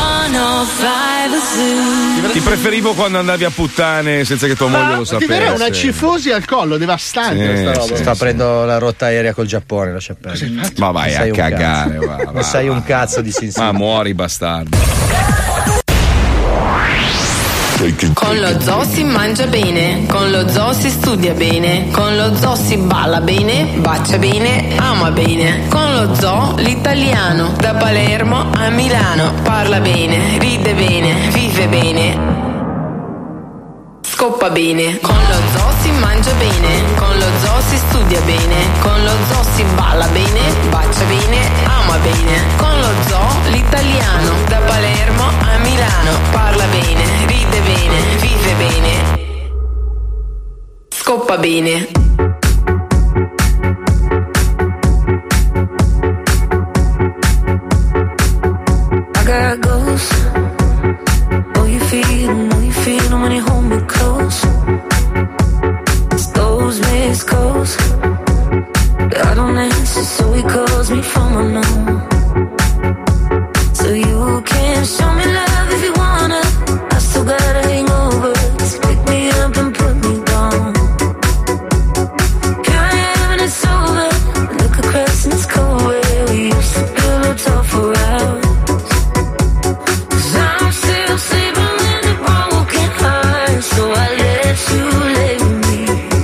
Ti preferivo quando andavi a puttane senza che tua moglie lo Ma ti verrà sapesse. una cifosi al collo, devastante Sì, questa roba. sì. Sto aprendo la rotta aerea col Giappone, lascia perdere. Ma vai Non a sei un cagare, cazzo. va, va, Non sai va. un cazzo di Sin City. Ma muori, bastardo. Con lo zoo si mangia bene, con lo zoo si studia bene, con lo zoo si balla bene, bacia bene, ama bene. Con lo zoo l'italiano, da Palermo a Milano, parla bene, ride bene, vive bene, scoppa bene. Con lo zoo si mangia bene, con lo zoo si studia bene, con lo zoo si balla bene, bacia bene, ama bene. Con lo zoo l'italiano, da Palermo a Milano, parla bene, ride bene, vive bene, scoppa bene. I got ghosts. Oh, you feel 'em, oh, you feel 'em when you hold me close. It's those missed calls that I don't answer, so he calls me from unknown. So you can show me love if you wanna. I still got a hangover. Just pick me up and put me down. Here I am and it's over. Look across and it's cold where we used to build a tough for hours. I'm still sleeping with a broken heart, so I let you lay with me.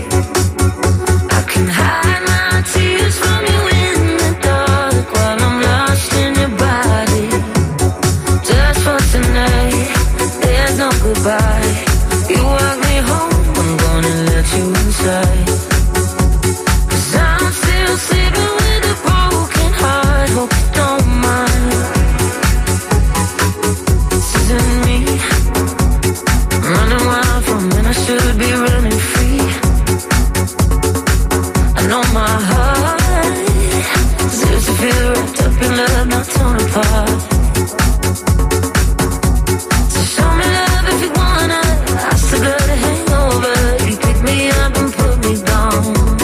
I can hide my tears from you in the dark while I'm lost in your body. Just for tonight, there's no goodbye. You walk me home, I'm gonna let you inside. 'Cause I'm still sleeping with a broken heart, hope you don't mind. This isn't me, running wild from when I should be running free. I know my heart deserves to feel wrapped up in love, not torn apart. So show me love if you wanna. I still got a hangover. You pick me up and put me down.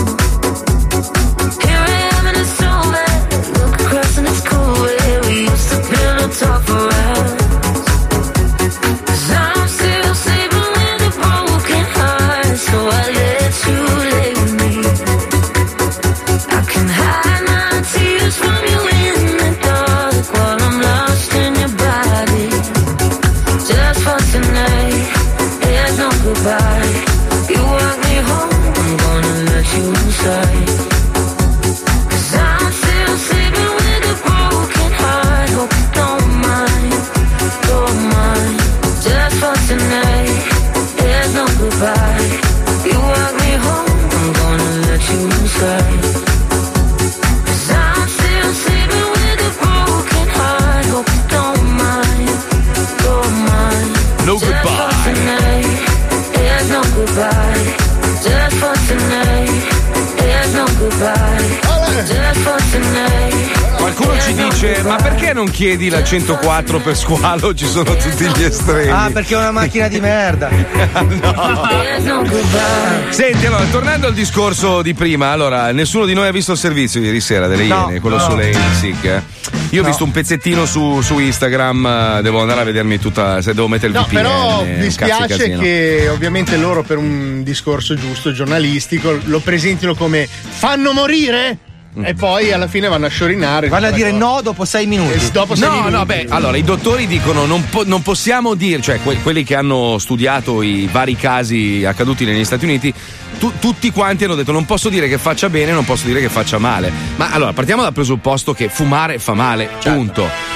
Here I am and it's over. Look across and it's cool where we used to build a top for us. 'Cause I'm still sleeping with a broken heart, so I let you lay with me. I can hide my tears from you in the dark while I'm lost in your body. Just for tonight, there's no goodbye. You walk me home, I'm gonna let you inside. 'Cause I'm still sleeping with a broken heart, hope you don't mind, don't mind. Just for tonight, there's no goodbye. You walk me home, I'm gonna let you inside. 'Cause I'm still sleeping with a broken heart, hope you don't mind, don't mind. No Just for tonight, there's no goodbye. Just for tonight, there's no goodbye. Just for tonight. Qualcuno ci dice: ma perché non chiedi la centoquattro per squalo? Ci sono tutti gli estremi. Ah, perché è una macchina di merda. There's no goodbye. Senti, allora, tornando al discorso di prima, allora, nessuno di noi ha visto il servizio ieri sera delle No, Iene, quello no. sulle Sick. eh? Io ho No. visto un pezzettino su, su Instagram, eh, devo andare a vedermi tutta, se devo mettere il No, V P N. però è un mi cazzo di spiace casino. che ovviamente loro per un discorso giusto, giornalistico, lo presentino come fanno morire e poi alla fine vanno a sciorinare. Vanno a dire no dopo sei minuti. E dopo sei No, minuti. no, beh, allora i dottori dicono non, po- non possiamo dire, cioè que- quelli che hanno studiato i vari casi accaduti negli Stati Uniti, tu- tutti quanti hanno detto non posso dire che faccia bene, non posso dire che faccia male. Ma allora partiamo dal presupposto che fumare fa male, punto.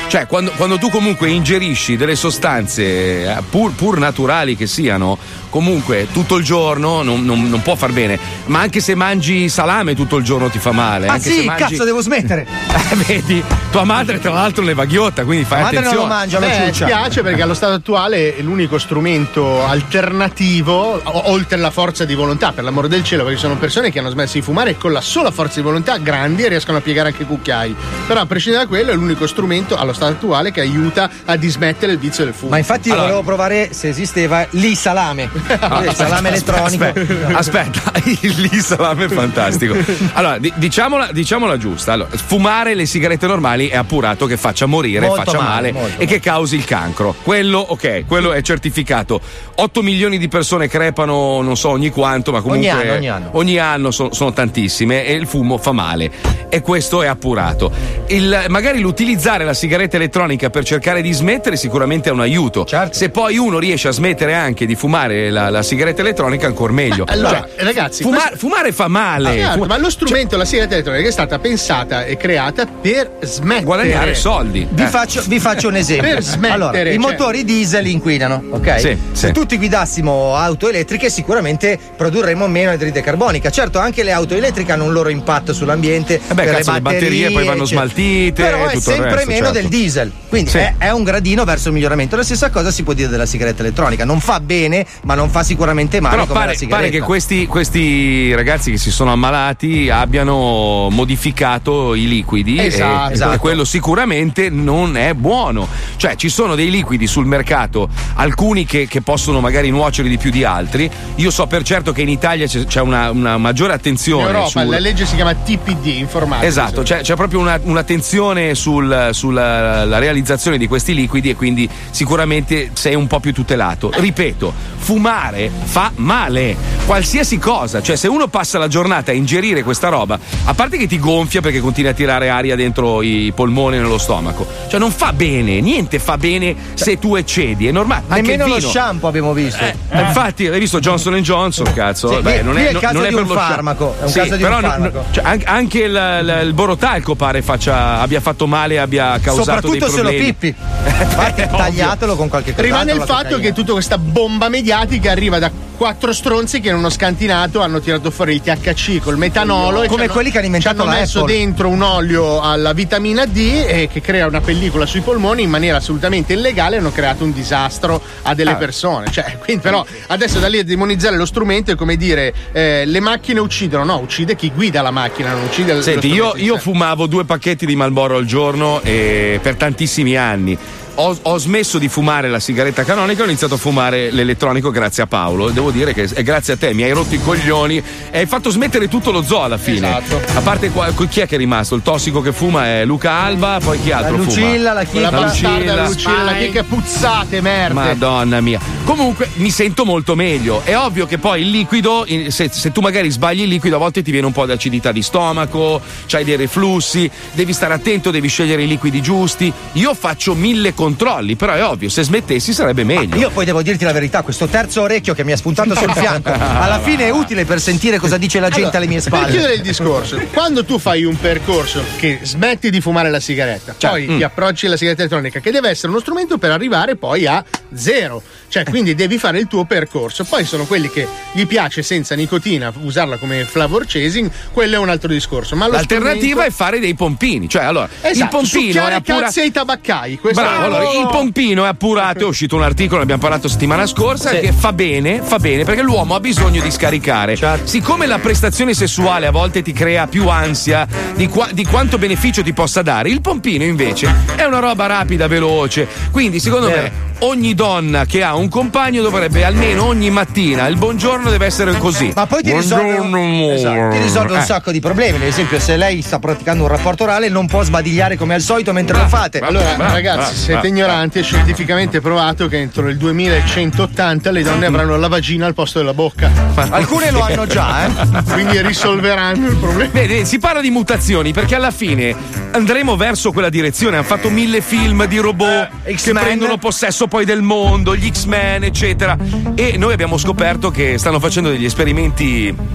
Cioè, quando, quando tu comunque ingerisci delle sostanze eh, pur, pur naturali che siano, comunque tutto il giorno non, non, non può far bene. Ma anche se mangi salame tutto il giorno ti fa male. Ah anche sì, se mangi... cazzo, devo smettere. Eh, vedi, tua madre tra l'altro ne va ghiotta, quindi fai madre attenzione. non lo mangia, lo Beh, ciuccia. spiace perché allo stato attuale l'unico strumento alternativo, o- oltre la forza di volontà, per l'amore del cielo, perché ci sono persone che hanno smesso di fumare e con la sola forza di volontà grandi e riescono a piegare anche cucchiai. Però a prescindere da quello è l'unico strumento allo stato attuale che aiuta a dismettere il vizio del fumo. Ma infatti io Allora, volevo provare se esisteva l'isalame. Il salame elettronico. Aspetta, aspetta, il salame è fantastico. Allora, di- diciamola, diciamola giusta. Allora, fumare le sigarette normali è appurato che faccia morire, Molto faccia male, male, molto e che causi il cancro. Quello, ok, quello è certificato. otto milioni di persone crepano, non so ogni quanto, ma comunque Ogni anno, ogni anno. ogni anno so- sono tantissime e il fumo fa male. E questo è appurato. Il, magari l'utilizzare la sigaretta elettronica per cercare di smettere sicuramente è un aiuto. Certo. Se poi uno riesce a smettere anche di fumare la, la sigaretta elettronica, ancora meglio. allora, Cioè, ragazzi, fuma- questo- fumare fa male. Ah, certo, Fu- ma lo strumento, la sigaretta elettronica, è stata pensata e creata per smettere. guadagnare soldi. Vi, Eh. faccio, vi faccio un esempio. Per smettere, Allora, i cioè- motori diesel inquinano, ok? Sì, Se sì. tutti guidassimo auto elettriche, sicuramente produrremo meno anidride carbonica. Certo, anche le auto elettriche hanno un loro impatto sull'ambiente. Eh beh, per cazzo, le le batterie, batterie poi vanno eccetera. smaltite Però e è tutto il sempre resto, meno certo. del diesel. Quindi Sì. è, è un gradino verso il miglioramento. La stessa cosa si può dire della sigaretta elettronica. Non fa bene, ma non fa sicuramente male. Però come pare, la sigaretta. pare che questi, questi ragazzi che si sono ammalati abbiano modificato i liquidi Esatto. e, Esatto. e quello sicuramente non è buono. Cioè ci sono dei liquidi sul mercato, alcuni che, che possono magari nuocere di più di altri. Io so per certo che in Italia c'è, c'è una, una maggiore In attenzione Europa sul... la legge si chiama T P D, informatica. Esatto, c'è, c'è proprio una- un'attenzione sul- sulla la realizzazione di questi liquidi e quindi sicuramente sei un po' più tutelato. Ripeto, fumare fa male, qualsiasi cosa, cioè se uno passa la giornata a ingerire questa roba, a parte che ti gonfia perché continui a tirare aria dentro i polmoni e nello stomaco, cioè non fa bene, niente fa bene se tu eccedi, è normale. Anche Nemmeno il lo vino. shampoo abbiamo visto. Eh, infatti, hai visto Johnson and Johnson, cazzo? Sì, Beh, qui- non qui è, è il caso non è di per un lo sha- farmaco, è un Sì, caso di però un no- farmaco. no- cioè, an- anche il, il, il borotalco pare faccia, abbia fatto male, abbia causato dei Soprattutto se lo problemi. pippi. Infatti, Ovvio. tagliatelo con qualche cosa. Rimane il fatto che tutta questa bomba mediatica arriva da quattro stronzi che in uno scantinato hanno tirato fuori il T H C col metanolo e Come ci hanno- quelli che hanno ci inventato hanno la messo Apple. dentro un olio alla vitamina D e che crea una pellicola sui polmoni in maniera assolutamente illegale e hanno creato un disastro a delle Ah. persone. Cioè, quindi, però adesso da lì a demonizzare lo strumento è come dire eh, le macchine uccidono, no, uccide chi guida la macchina, non uccide lo Senti, io, strumento in io sé. fumavo due pacchetti di Marlboro al giorno e per tantissimi anni. Ho, ho smesso di fumare la sigaretta canonica e ho iniziato a fumare l'elettronico grazie a Paolo. Devo dire che è grazie a te, mi hai rotto i coglioni e hai fatto smettere tutto lo zoo alla fine. Esatto. A parte qua, chi è che è rimasto? Il tossico che fuma è Luca Alba, poi chi altro La Lucilla, fuma? la Quella chicca. bastarda Lucilla. Lucilla, la chicca puzzate, merde. Madonna mia. Comunque mi sento molto meglio. È ovvio che poi il liquido, in- se, se tu magari sbagli il liquido, a volte ti viene un po' di acidità di stomaco, c'hai dei reflussi, devi stare attento, devi scegliere i liquidi giusti. Io faccio mille controlli, però è ovvio, se smettessi sarebbe meglio. Io poi devo dirti la verità, questo terzo orecchio che mi è spuntato sul fianco, alla fine è utile per sentire cosa dice la gente Allora, alle mie Per spalle. chiudere il discorso, quando tu fai un percorso che smetti di fumare la sigaretta, Cioè, poi mm. ti approcci alla sigaretta elettronica, che deve essere uno strumento per arrivare poi a zero. Cioè, quindi devi fare il tuo percorso. Poi sono quelli che gli piace senza nicotina usarla come flavor chasing, quello è un altro discorso. Ma lo L'alternativa strumento- è fare dei pompini. Cioè, allora, il Esatto, pompino è succhiare appurato. cazzi ai tabaccai. Questo Bravo, è- allora, il pompino è appurato, è uscito un articolo, ne abbiamo parlato settimana scorsa, Sì. che fa bene, fa bene perché l'uomo ha bisogno di scaricare. Certo. Siccome la prestazione sessuale a volte ti crea più ansia di, qua- di quanto beneficio ti possa dare, il pompino invece è una roba rapida, veloce. Quindi, secondo Vero. me, ogni donna che ha un compagno dovrebbe almeno ogni mattina il buongiorno deve essere così. Ma poi ti risolve, Buongiorno, un, esatto, ti risolve un Eh. sacco di problemi. Ad esempio, se lei sta praticando un rapporto orale, non può sbadigliare come al solito mentre lo fate. Allora, Bravo, ragazzi, bravo, siete bravo. ignoranti, è scientificamente provato che entro il duemilacentoottanta le donne avranno la vagina al posto della bocca. Alcune lo hanno già, eh. Quindi risolveranno il problema. Vedi, si parla di mutazioni perché alla fine andremo verso quella direzione. Hanno fatto mille film di robot Eh, che X-Men. prendono possesso poi del mondo, gli X-Men, eccetera. E noi abbiamo scoperto che stanno facendo degli esperimenti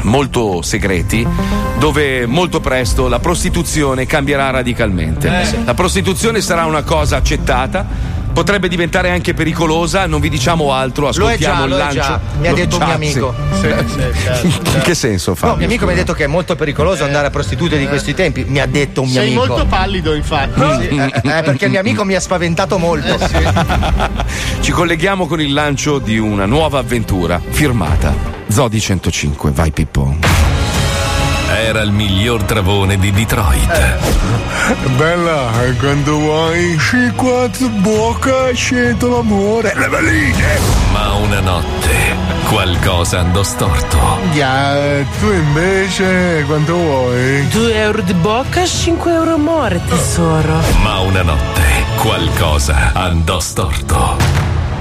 molto segreti, dove molto presto la prostituzione cambierà radicalmente. Eh. La prostituzione sarà una cosa accettata, potrebbe diventare anche pericolosa, non vi diciamo altro, ascoltiamo lo è già, il lo è lancio. già. Mi ha Lo- detto un già, mio amico. sì. In che senso, Fabio? No, mio amico mi ha detto che è molto pericoloso andare a prostitute di questi tempi. Mi ha detto un mio Sei amico. molto pallido, infatti. Sì, eh, eh, perché il mio amico mi ha spaventato molto. Ci colleghiamo con il lancio di una nuova avventura firmata Zodi centocinque. Vai Pippo. Era il miglior travone di Detroit. Bella, quando vuoi, cinquanta bocca, scendo l'amore. Le veline! Ma una notte qualcosa andò storto. Yeah, tu invece, quando vuoi. due euro di bocca, cinque euro amore, tesoro. Ma una notte qualcosa andò storto.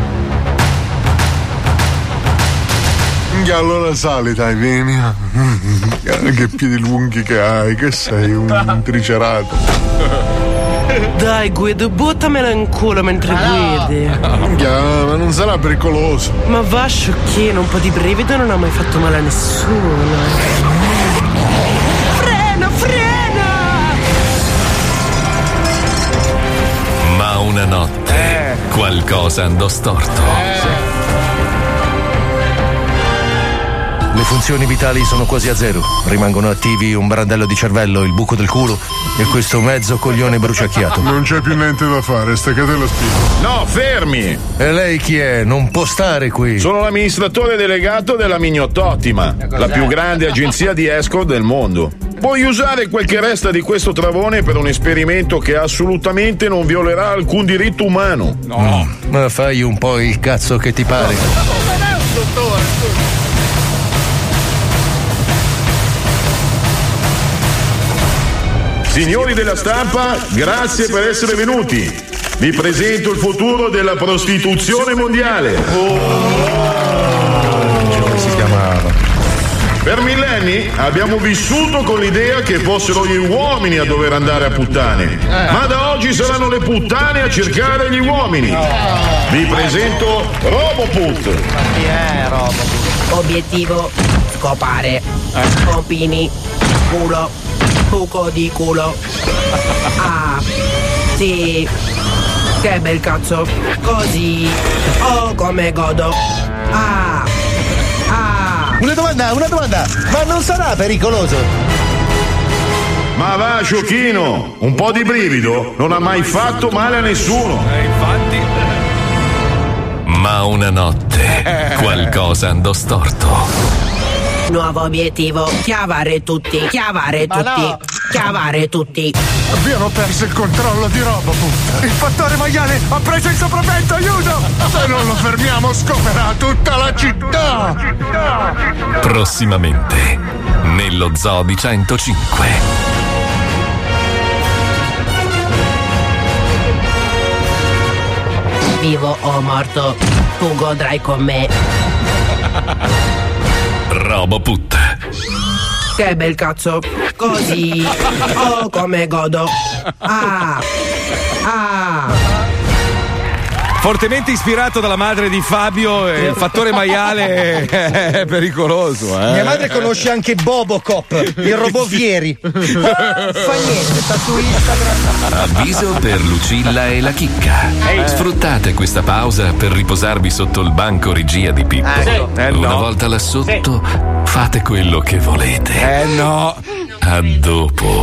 E allora sali, dai, vieni. Che piedi lunghi che hai, che sei un tricerato. Dai Guido, buttamela in culo mentre guidi. Yeah, ma non sarà pericoloso. Ma va sciocchino, un po' di brivido non ha mai fatto male a nessuno. Frena, frena! Ma una notte qualcosa andò storto. Le funzioni vitali sono quasi a zero. Rimangono attivi un brandello di cervello, il buco del culo e questo mezzo coglione bruciacchiato. Non c'è più niente da fare, staccate la spina. No, fermi! E lei chi è? Non può stare qui. Sono l'amministratore delegato della Mignotottima, la più grande agenzia di escort del mondo. Puoi usare quel che resta di questo travone per un esperimento che assolutamente non violerà alcun diritto umano. No. Mm, ma fai un po' il cazzo che ti pare. Signori della stampa, grazie per essere venuti. Vi presento il futuro della prostituzione mondiale. Si chiamava. Per millenni abbiamo vissuto con l'idea che fossero gli uomini a dover andare a puttane, ma da oggi saranno le puttane a cercare gli uomini. Vi presento Roboput. Ma chi è Roboput? Obiettivo, scopare. Pompini, culo, buco di culo. Ah, sì. Che bel cazzo. Così. Oh, come godo. Ah. Ah. Una domanda, una domanda. Ma non sarà pericoloso? Ma va, sciocchino, un po' di brivido non ha mai fatto male a nessuno. Eh, infatti. Ma una notte qualcosa andò storto. Nuovo obiettivo, chiavare tutti, chiavare Ma tutti, no. chiavare tutti. Abbiamo perso il controllo di Roboput. Il fattore maiale ha preso il sopravvento, aiuto! Se non lo fermiamo scoperà tutta la città! Prossimamente nello Zoo di centocinque. Vivo o morto, tu godrai con me. Roboput. Che bel cazzo. Così. Oh, come godo. Ah. Ah. Fortemente ispirato dalla madre di Fabio, eh, il fattore maiale è pericoloso. Eh. Mia madre conosce anche Bobocop, il robot Vieri. Fa niente, sta su Instagram. Avviso per Lucilla e la chicca. Ehi. Sfruttate questa pausa per riposarvi sotto il banco regia di Pippo. Eh, sì. Eh, Una no. volta là sotto, fate quello che volete. Eh no. A dopo.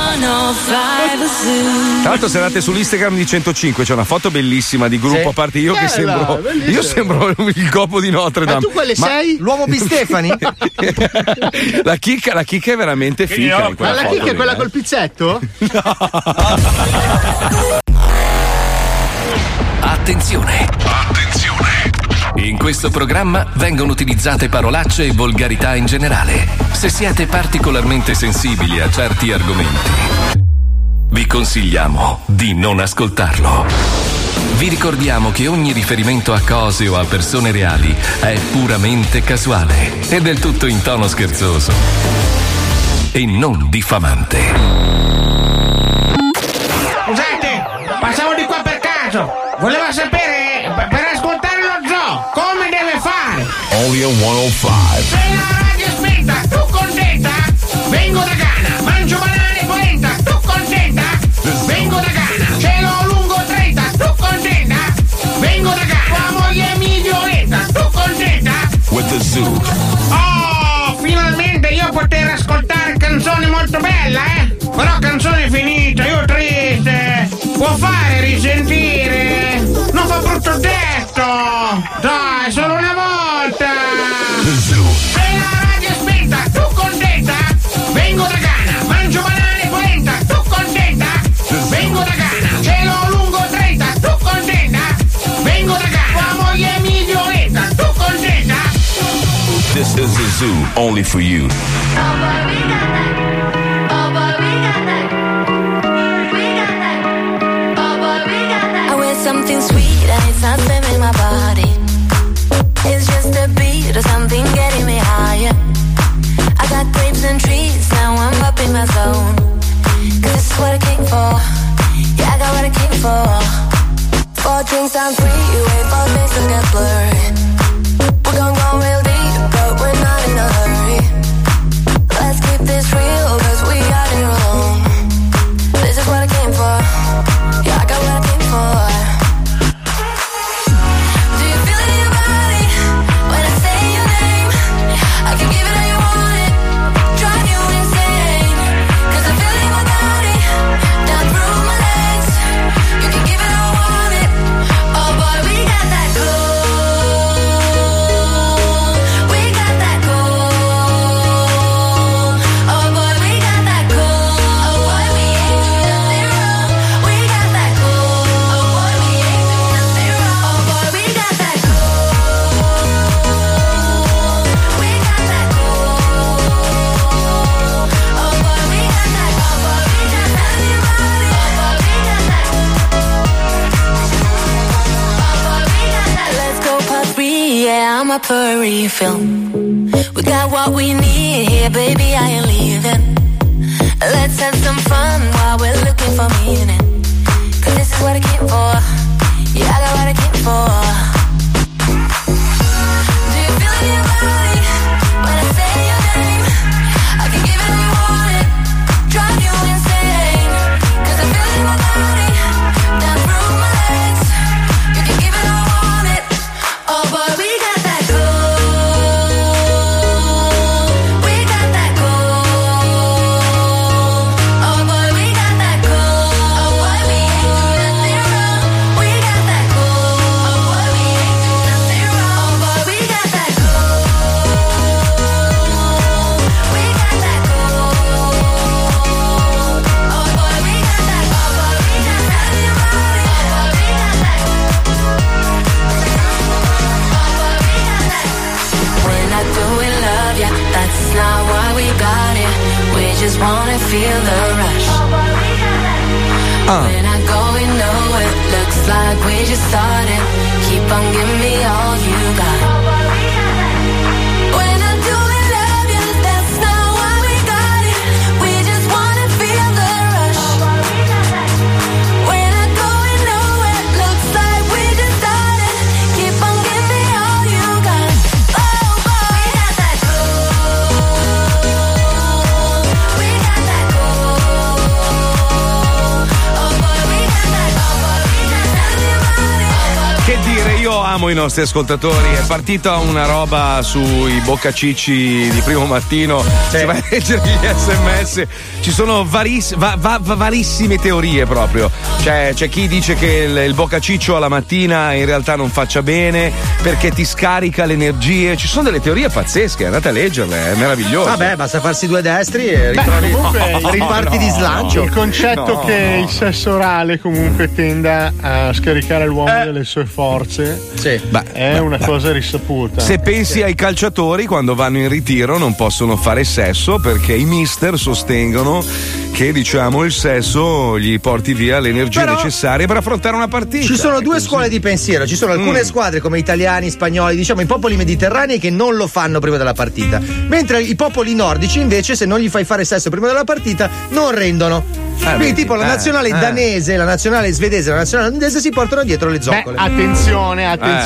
Tra l'altro, se andate sull'Instagram di centocinque c'è una foto bellissima di gruppo. Sì. A parte io che Bella, sembro. bellissima. Io sembro il copo di Notre Dame. Ma tu quale sei? L'uomo Bistefani? la, chicca, la chicca è veramente figa. in quella Ma la foto chicca è lì, quella eh. col pizzetto? Attenzione! Attenzione! In questo programma vengono utilizzate parolacce e volgarità in generale. Se siete particolarmente sensibili a certi argomenti, vi consigliamo di non ascoltarlo. Vi ricordiamo che ogni riferimento a cose o a persone reali è puramente casuale e del tutto in tono scherzoso e non diffamante. Scusate, passavo di qua per caso. Volevo sapere, per per ascoltare lo zoo, come deve fare? Olio centocinque. Se la radio aspetta, tu Vengo da Ghana, mangio banane e polenta, tu contenta? Vengo da Ghana, cielo lungo trenta, tu contenta? Vengo da Ghana, tua moglie mi violenta, tu contenta? With the zoo. Oh, finalmente io poter ascoltare canzoni molto belle, eh? Però canzone finita, io triste. Può fare risentire? Non fa brutto detto. Dai, solo una volta. Se la radio è spenta, tu contenta? Vengo da Ghana, mangio banane e polenta, tu contenta? Vengo da Ghana, cielo lungo trenta, tu contenta? Vengo da Ghana, tua moglie mi violenta, tu contenta? This is the zoo, only for you. I wear something sweet and it's not spamming my body. It's just a beat or something getting me higher. I got grapes and trees, now I'm up in my zone. Cause this is what I came for. Yeah, I got what I came for. Four drinks on freeway, four days to get blurry. We're gon' go real deep, but we're not in a hurry. Let's keep this real, cause we got it alone. This is what I came for. Yeah, I got what I came for. Do you feel it in your body when I say your name? I can give it how you want it, drive you insane. Cause I feel it in my body, down through my legs. You can give it how I want it. Oh boy, we got that cool. We got that cool. Oh boy, we got that cool. Oh boy, we ain't do nothing wrong. We got that cool. Oh boy, we ain't do nothing wrong. Oh boy, we got that cool. We got that cool. Oh boy, we got that. Oh boy, we got that. Everybody. Oh boy, we got that. Oh boy, we got that. Let's go part three, yeah, I'm up for a refill. We got what we need here, baby, I ain't leaving. Let's have some fun while we're looking for meaning. Cause this is what I came for. Yeah, I got what I came for. Do you feel it in your body when I say your name? I can give it how you want it, drive you insane. Cause I feel it in my body, down through my legs. You can give it how I want it. Oh boy, we got that cool. We got that cool. Oh boy, we got that cool. Oh boy, we ain't do nothing wrong. We got that cool. Oh boy, we ain't do nothing wrong. Oh boy, we got that cool. We got that cool. Oh boy, we got that. Oh boy, we got that in your body. Oh boy, we got that. We're not doing love, yeah, that's not why we got it. We just wanna feel the rush. We're not going nowhere, looks like we just started. Keep on giving me all you got. We're not doing love, yeah, that's not why we got it. We just wanna feel the rush. We're not going nowhere, looks like we just started. Keep on giving me all you got. Oh boy, we got that cool. We got that cool. Oh boy, we got that. Oh boy, we got that in your body. Oh boy, Che dire, io amo i nostri ascoltatori. È partita una roba sui boccacicci di primo mattino. Se vai a leggere gli sms, ci sono variss- va- va- va- varissime teorie proprio. Cioè, c'è chi dice che il, il boccaciccio alla mattina in realtà non faccia bene perché ti scarica le energie. Ci sono delle teorie pazzesche, andate a leggerle, è meraviglioso. Vabbè, basta farsi due destri e Beh, ritrovi comunque, riparti no, di slancio. Il concetto No, che no. il sesso orale comunque tenda a scaricare l'uomo delle sue forze è beh, una beh. cosa risaputa. Se pensi ai calciatori quando vanno in ritiro non possono fare sesso perché i mister sostengono che diciamo il sesso gli porti via le energie Però necessarie per affrontare una partita. Ci sono E due così. scuole di pensiero, ci sono alcune Mm. squadre come italiani, spagnoli, diciamo i popoli mediterranei che non lo fanno prima della partita, mentre i popoli nordici invece se non gli fai fare sesso prima della partita non rendono. Quindi vedi, tipo la eh, nazionale eh. danese, la nazionale svedese, la nazionale olandese si portano dietro le Beh, zoccole. attenzione, attenzione,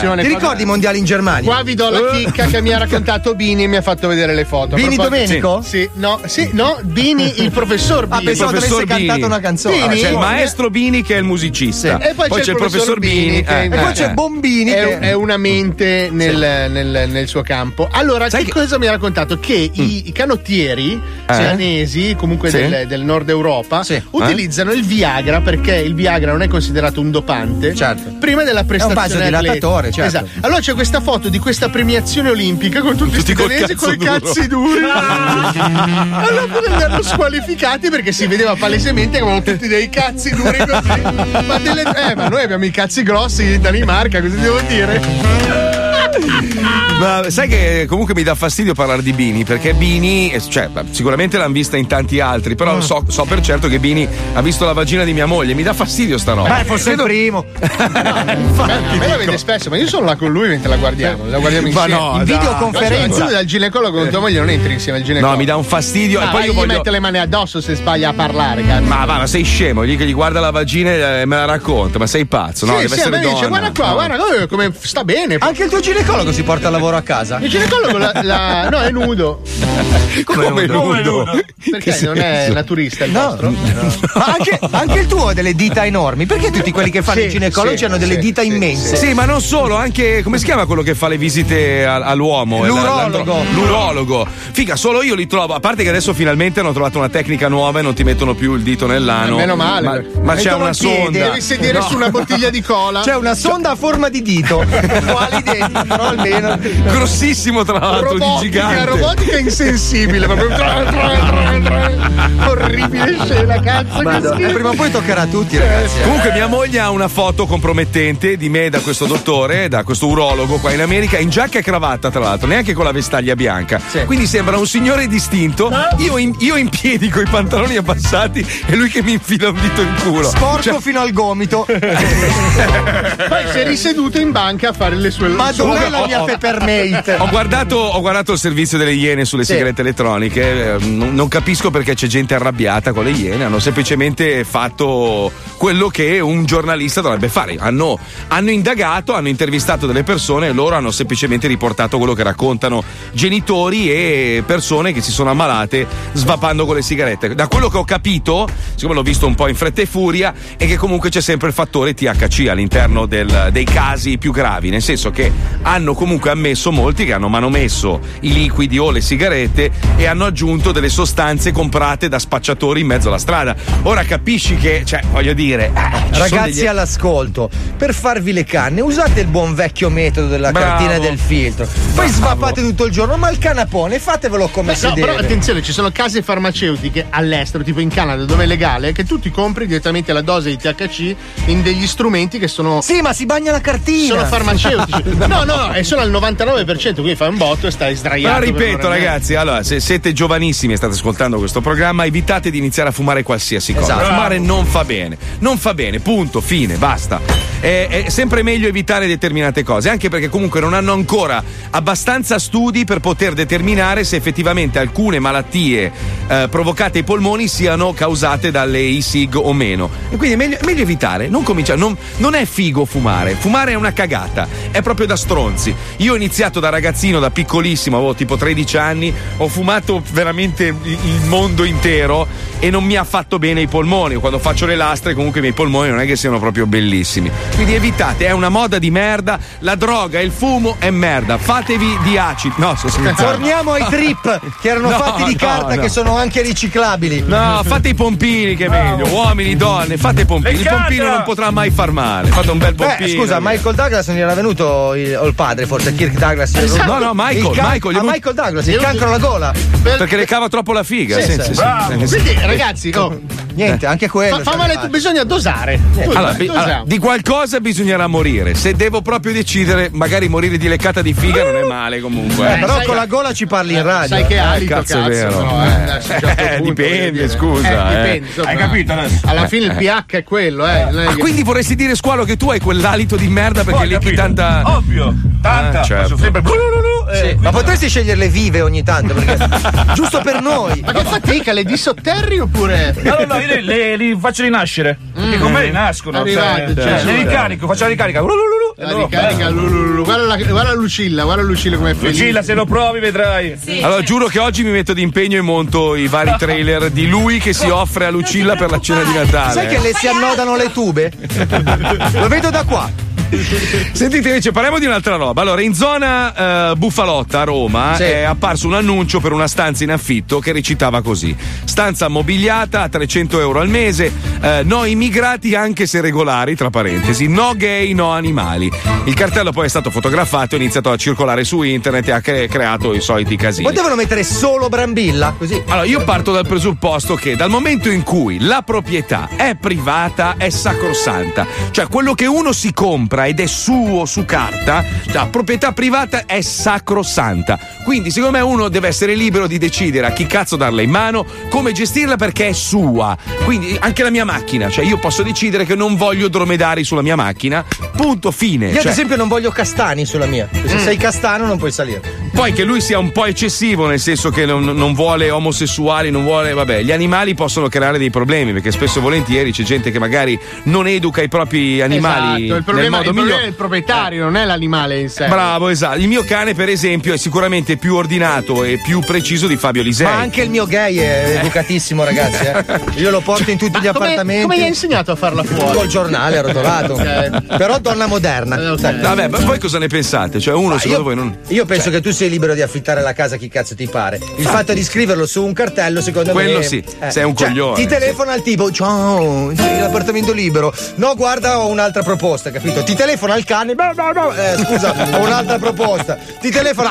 attenzione. Ti qua- ricordi i mondiali in Germania? Qua vi do la chicca che mi ha raccontato Bini e mi ha fatto vedere le foto. Bini A proposito- Domenico? Sì, no, sì, no, Bini, il professor Bini. Ah, pensavo professor avesse Bini. cantato una canzone. Ah, Bini? c'è il maestro Bini che è il musicista. E poi, c'è, il professor Bini, che eh, E poi eh, c'è eh. Bombini. è, che... è una mente nel, nel- nel suo campo. Allora, Sai che, che- cosa mi ha raccontato? Che i, i canottieri Eh? milanesi, comunque Sì. del, del nord Europa, Sì. utilizzano il Viagra perché il Viagra non è considerato un dopante. Certo. Prima della prestazione vasodilatatore, atletica. certo. Esatto. Allora c'è questa foto di questa premiazione olimpica con tutti Tutti i col danesi cazzo con i duro. cazzi duri. Allora poi li hanno squalificati perché si vedeva palesemente che avevano tutti dei cazzi duri così. Ma, delle, eh, ma noi abbiamo i cazzi grossi in Danimarca, cosa devo dire? Ma sai che comunque mi dà fastidio parlare di Bini perché Bini, eh, cioè, sicuramente l'hanno vista in tanti altri, però Mm. so, so per certo che Bini ha visto la vagina di mia moglie, mi dà fastidio sta roba. Beh, forse il primo. A me la vede spesso, ma io sono là con lui mentre la guardiamo. La guardiamo Ma insieme. no, In dai. videoconferenza. Tu dal ginecologo con tua moglie non entri insieme al ginecologo. No, mi dà un fastidio Ah, e poi io gli voglio. mette le mani addosso se sbaglia a parlare, cazzo. Ma va, ma sei scemo, gli che gli guarda la vagina e me la racconta, ma sei pazzo, no? sì, Deve sì, a essere me dice, donna. guarda qua, No. guarda come, come sta bene. Anche il tuo ginecologo si porta al lavoro a casa? Il ginecologo la, la- no, è nudo. Come nudo? Perché Che non è senso? naturista il No. nostro? Ma anche, anche il tuo ha delle dita enormi. Perché tutti quelli che fanno Sì, i ginecologi sì, hanno delle sì, dita sì, immense? Sì, ma non solo, anche come si chiama quello che fa le visite a- all'uomo? L'urologo. L'andro- L'urologo. Figa, solo io li trovo. A parte che adesso finalmente hanno trovato una tecnica nuova e non ti mettono più il dito nell'ano. Meno male. Ma, ma c'è Mettono una il piede, sonda. Devi sedere No. su una bottiglia di cola. C'è una sonda a forma di dito. Quali denti? Però almeno. Grossissimo, tra l'altro, di robotica, gigante. robotica insensibile. Proprio. Orribile scena, cazzo. Che Madonna, schifo. prima o poi toccherà a tutti, ragazzi. eh. Comunque mia moglie ha una foto compromettente di me da questo dottore, da questo urologo qua in America, in giacca e cravatta tra l'altro, neanche con la vestaglia bianca. Sì. Quindi sembra un signore distinto, io in, io in piedi con i pantaloni abbassati e lui che mi infila un dito in culo. Sporco Cioè, fino al gomito. Poi si è riseduto in banca a fare le sue. Ma dov'è Ho- la mia ho- peppermate? Ho guardato, ho guardato il servizio delle Iene sulle Sì. sigarette elettroniche, eh, non, non capisco perché c'è gente arrabbiata con le Iene, hanno semplicemente fatto quello che un giornalista dovrebbe fare, hanno, hanno indagato, hanno intervistato delle persone e loro hanno semplicemente riportato quello che raccontano genitori e persone che si sono ammalate svapando con le sigarette. Da quello che ho capito, siccome l'ho visto un po' in fretta e furia, è che comunque c'è sempre il fattore T H C all'interno del- dei casi più gravi, nel senso che hanno comunque ammesso molti che hanno manomesso i liquidi o le sigarette e hanno aggiunto delle sostanze comprate da spacciatori in mezzo alla strada. Ora capisci che, cioè, voglio dire, eh, ci sono Ragazzi degli- all'ascolto, per farvi le canne usate il buon vecchio metodo della Bravo. cartina e del filtro. Poi Bravo. svappate tutto il giorno, ma il canapone fatevelo come Beh, si no, deve. però attenzione, ci sono case farmaceutiche all'estero, tipo in Canada, dove è legale, che tu ti compri direttamente la dose di T H C in degli strumenti che sono. Sì, ma si bagna la cartina. Sono farmaceutici. No, no, no, è solo al novantanove per cento, quindi fai un botto e stai sdraiato. Però per ripeto, un'ora e mezza. ragazzi, allora, se siete giovanissimi e state ascoltando questo programma, evitate di iniziare a fumare qualsiasi cosa. Esatto. Fumare non fa bene, non fa bene, punto, fine, basta. È, è sempre meglio evitare determinate cose, anche perché comunque non hanno ancora abbastanza studi per poter determinare se effettivamente alcune malattie eh, provocate ai polmoni siano causate dalle e-sig o meno. E quindi è meglio, è meglio evitare, non cominciare. Non, non è figo fumare, fumare è una cagata, è proprio da stronzi. Io ho iniziato da ragazzino, da piccolissimo, avevo tipo tredici anni, ho fumato veramente il il mondo intero e non mi ha fatto bene i polmoni. Quando faccio le lastre, comunque i miei polmoni non è che siano proprio bellissimi. Quindi evitate, è una moda di merda. La droga e il fumo è merda. Fatevi di acidi. No, sto scherzando. Torniamo ai trip che erano No, fatti di no, carta, no. che sono anche riciclabili. No, fate i pompini che è meglio. Uomini, donne, fate i pompini. Il pompino non potrà mai far male. Fate un bel pompino. Beh, scusa, Michael Douglas non gli era venuto il, o il padre, forse Kirk Douglas. No, no, Michael, Il can- Michael, gli ah, bu- Michael Douglas, il cancro alla gola. Perché le cava troppo la figa. Sì, Sì, sì. sì, sì. Bravo. Eh, sì. Quindi, ragazzi, oh, Niente, anche quello. fa, fa cioè, male, fa- bisogna dosare. Allora, bi- Dosiamo. allora, di qualcosa bisognerà morire. Se devo proprio decidere, magari morire di leccata di figa non è male comunque. Eh, eh. però sai- con la gola ci parli in radio. Sai che Eh, alito, cazzo, cazzo, è vero. però, eh, adesso a un certo Eh, punto, dipende, voglio dire. scusa, Eh, eh. dipende, insomma. Hai capito adesso? Alla fine il pH è quello, eh. non è Ah, che- quindi vorresti dire, Squalo, che tu hai quell'alito di merda perché Ho lecchi capito. tanta. Ovvio, tanta. Ah, certo. Faccio sempre. Sì. Ma potresti sceglierle vive ogni tanto, perché giusto per noi. Ma che fatica, le disotterri oppure? No, no, no, io le, le, li faccio rinascere. Perché con me rinascono. Arrivate, cioè, cioè, le ricarico, faccio la ricarica. La ricarica, lululu. Guarda, la, guarda Lucilla, guarda Lucilla come è felice. Lucilla, se lo provi vedrai. Sì. Allora giuro che oggi mi metto d'impegno e monto i vari trailer di lui che si offre a Lucilla per la cena di Natale. Sai che le si annodano le tube? Lo vedo da qua. Sentite invece, parliamo di un'altra roba. Allora, in zona uh, Buffalotta a Roma sì. è apparso un annuncio per una stanza in affitto che recitava così: stanza mobiliata a trecento euro al mese, uh, no immigrati anche se regolari, tra parentesi, no gay, no animali. Il cartello poi è stato fotografato, è iniziato a circolare su internet e ha cre- creato i soliti casini. Potevano mettere solo Brambilla? Così. Allora, io parto dal presupposto che dal momento in cui la proprietà è privata è sacrosanta, cioè quello che uno si compra ed è suo su carta, la proprietà privata è sacrosanta. Quindi secondo me uno deve essere libero di decidere a chi cazzo darla in mano, come gestirla, perché è sua. Quindi anche la mia macchina, cioè io posso decidere che non voglio dromedari sulla mia macchina, punto, fine. Io cioè, ad esempio non voglio castani sulla mia. Se Mm. sei castano non puoi salire. Poi che lui sia un po' eccessivo, nel senso che non, non vuole omosessuali, non vuole, vabbè, gli animali possono creare dei problemi, perché spesso e volentieri c'è gente che magari non educa i propri animali. Esatto, il problema, nel modo il problema migliore. è il proprietario, non è l'animale in sé. Bravo, esatto. Il mio cane, per esempio, è sicuramente più ordinato e più preciso di Fabio Lisei. Ma anche il mio gay è educatissimo, ragazzi. Eh. Io lo porto in tutti gli come, appartamenti. come gli hai insegnato a farla fuori? Col giornale arrotolato. Okay. Però donna moderna. Okay. Vabbè, ma voi cosa ne pensate? Cioè, uno, Ma secondo io, voi non. Io penso cioè, che tu sei libero di affittare la casa a chi cazzo ti pare. Il fatto di scriverlo su un cartello, secondo quello me. sì, sei un cioè, coglione. Ti telefona il tipo, ciao, sei l'appartamento libero. No, guarda, ho un'altra proposta, capito? Ti telefona il cane, blah, blah, blah. Eh, scusa, ho un'altra proposta. Ti telefona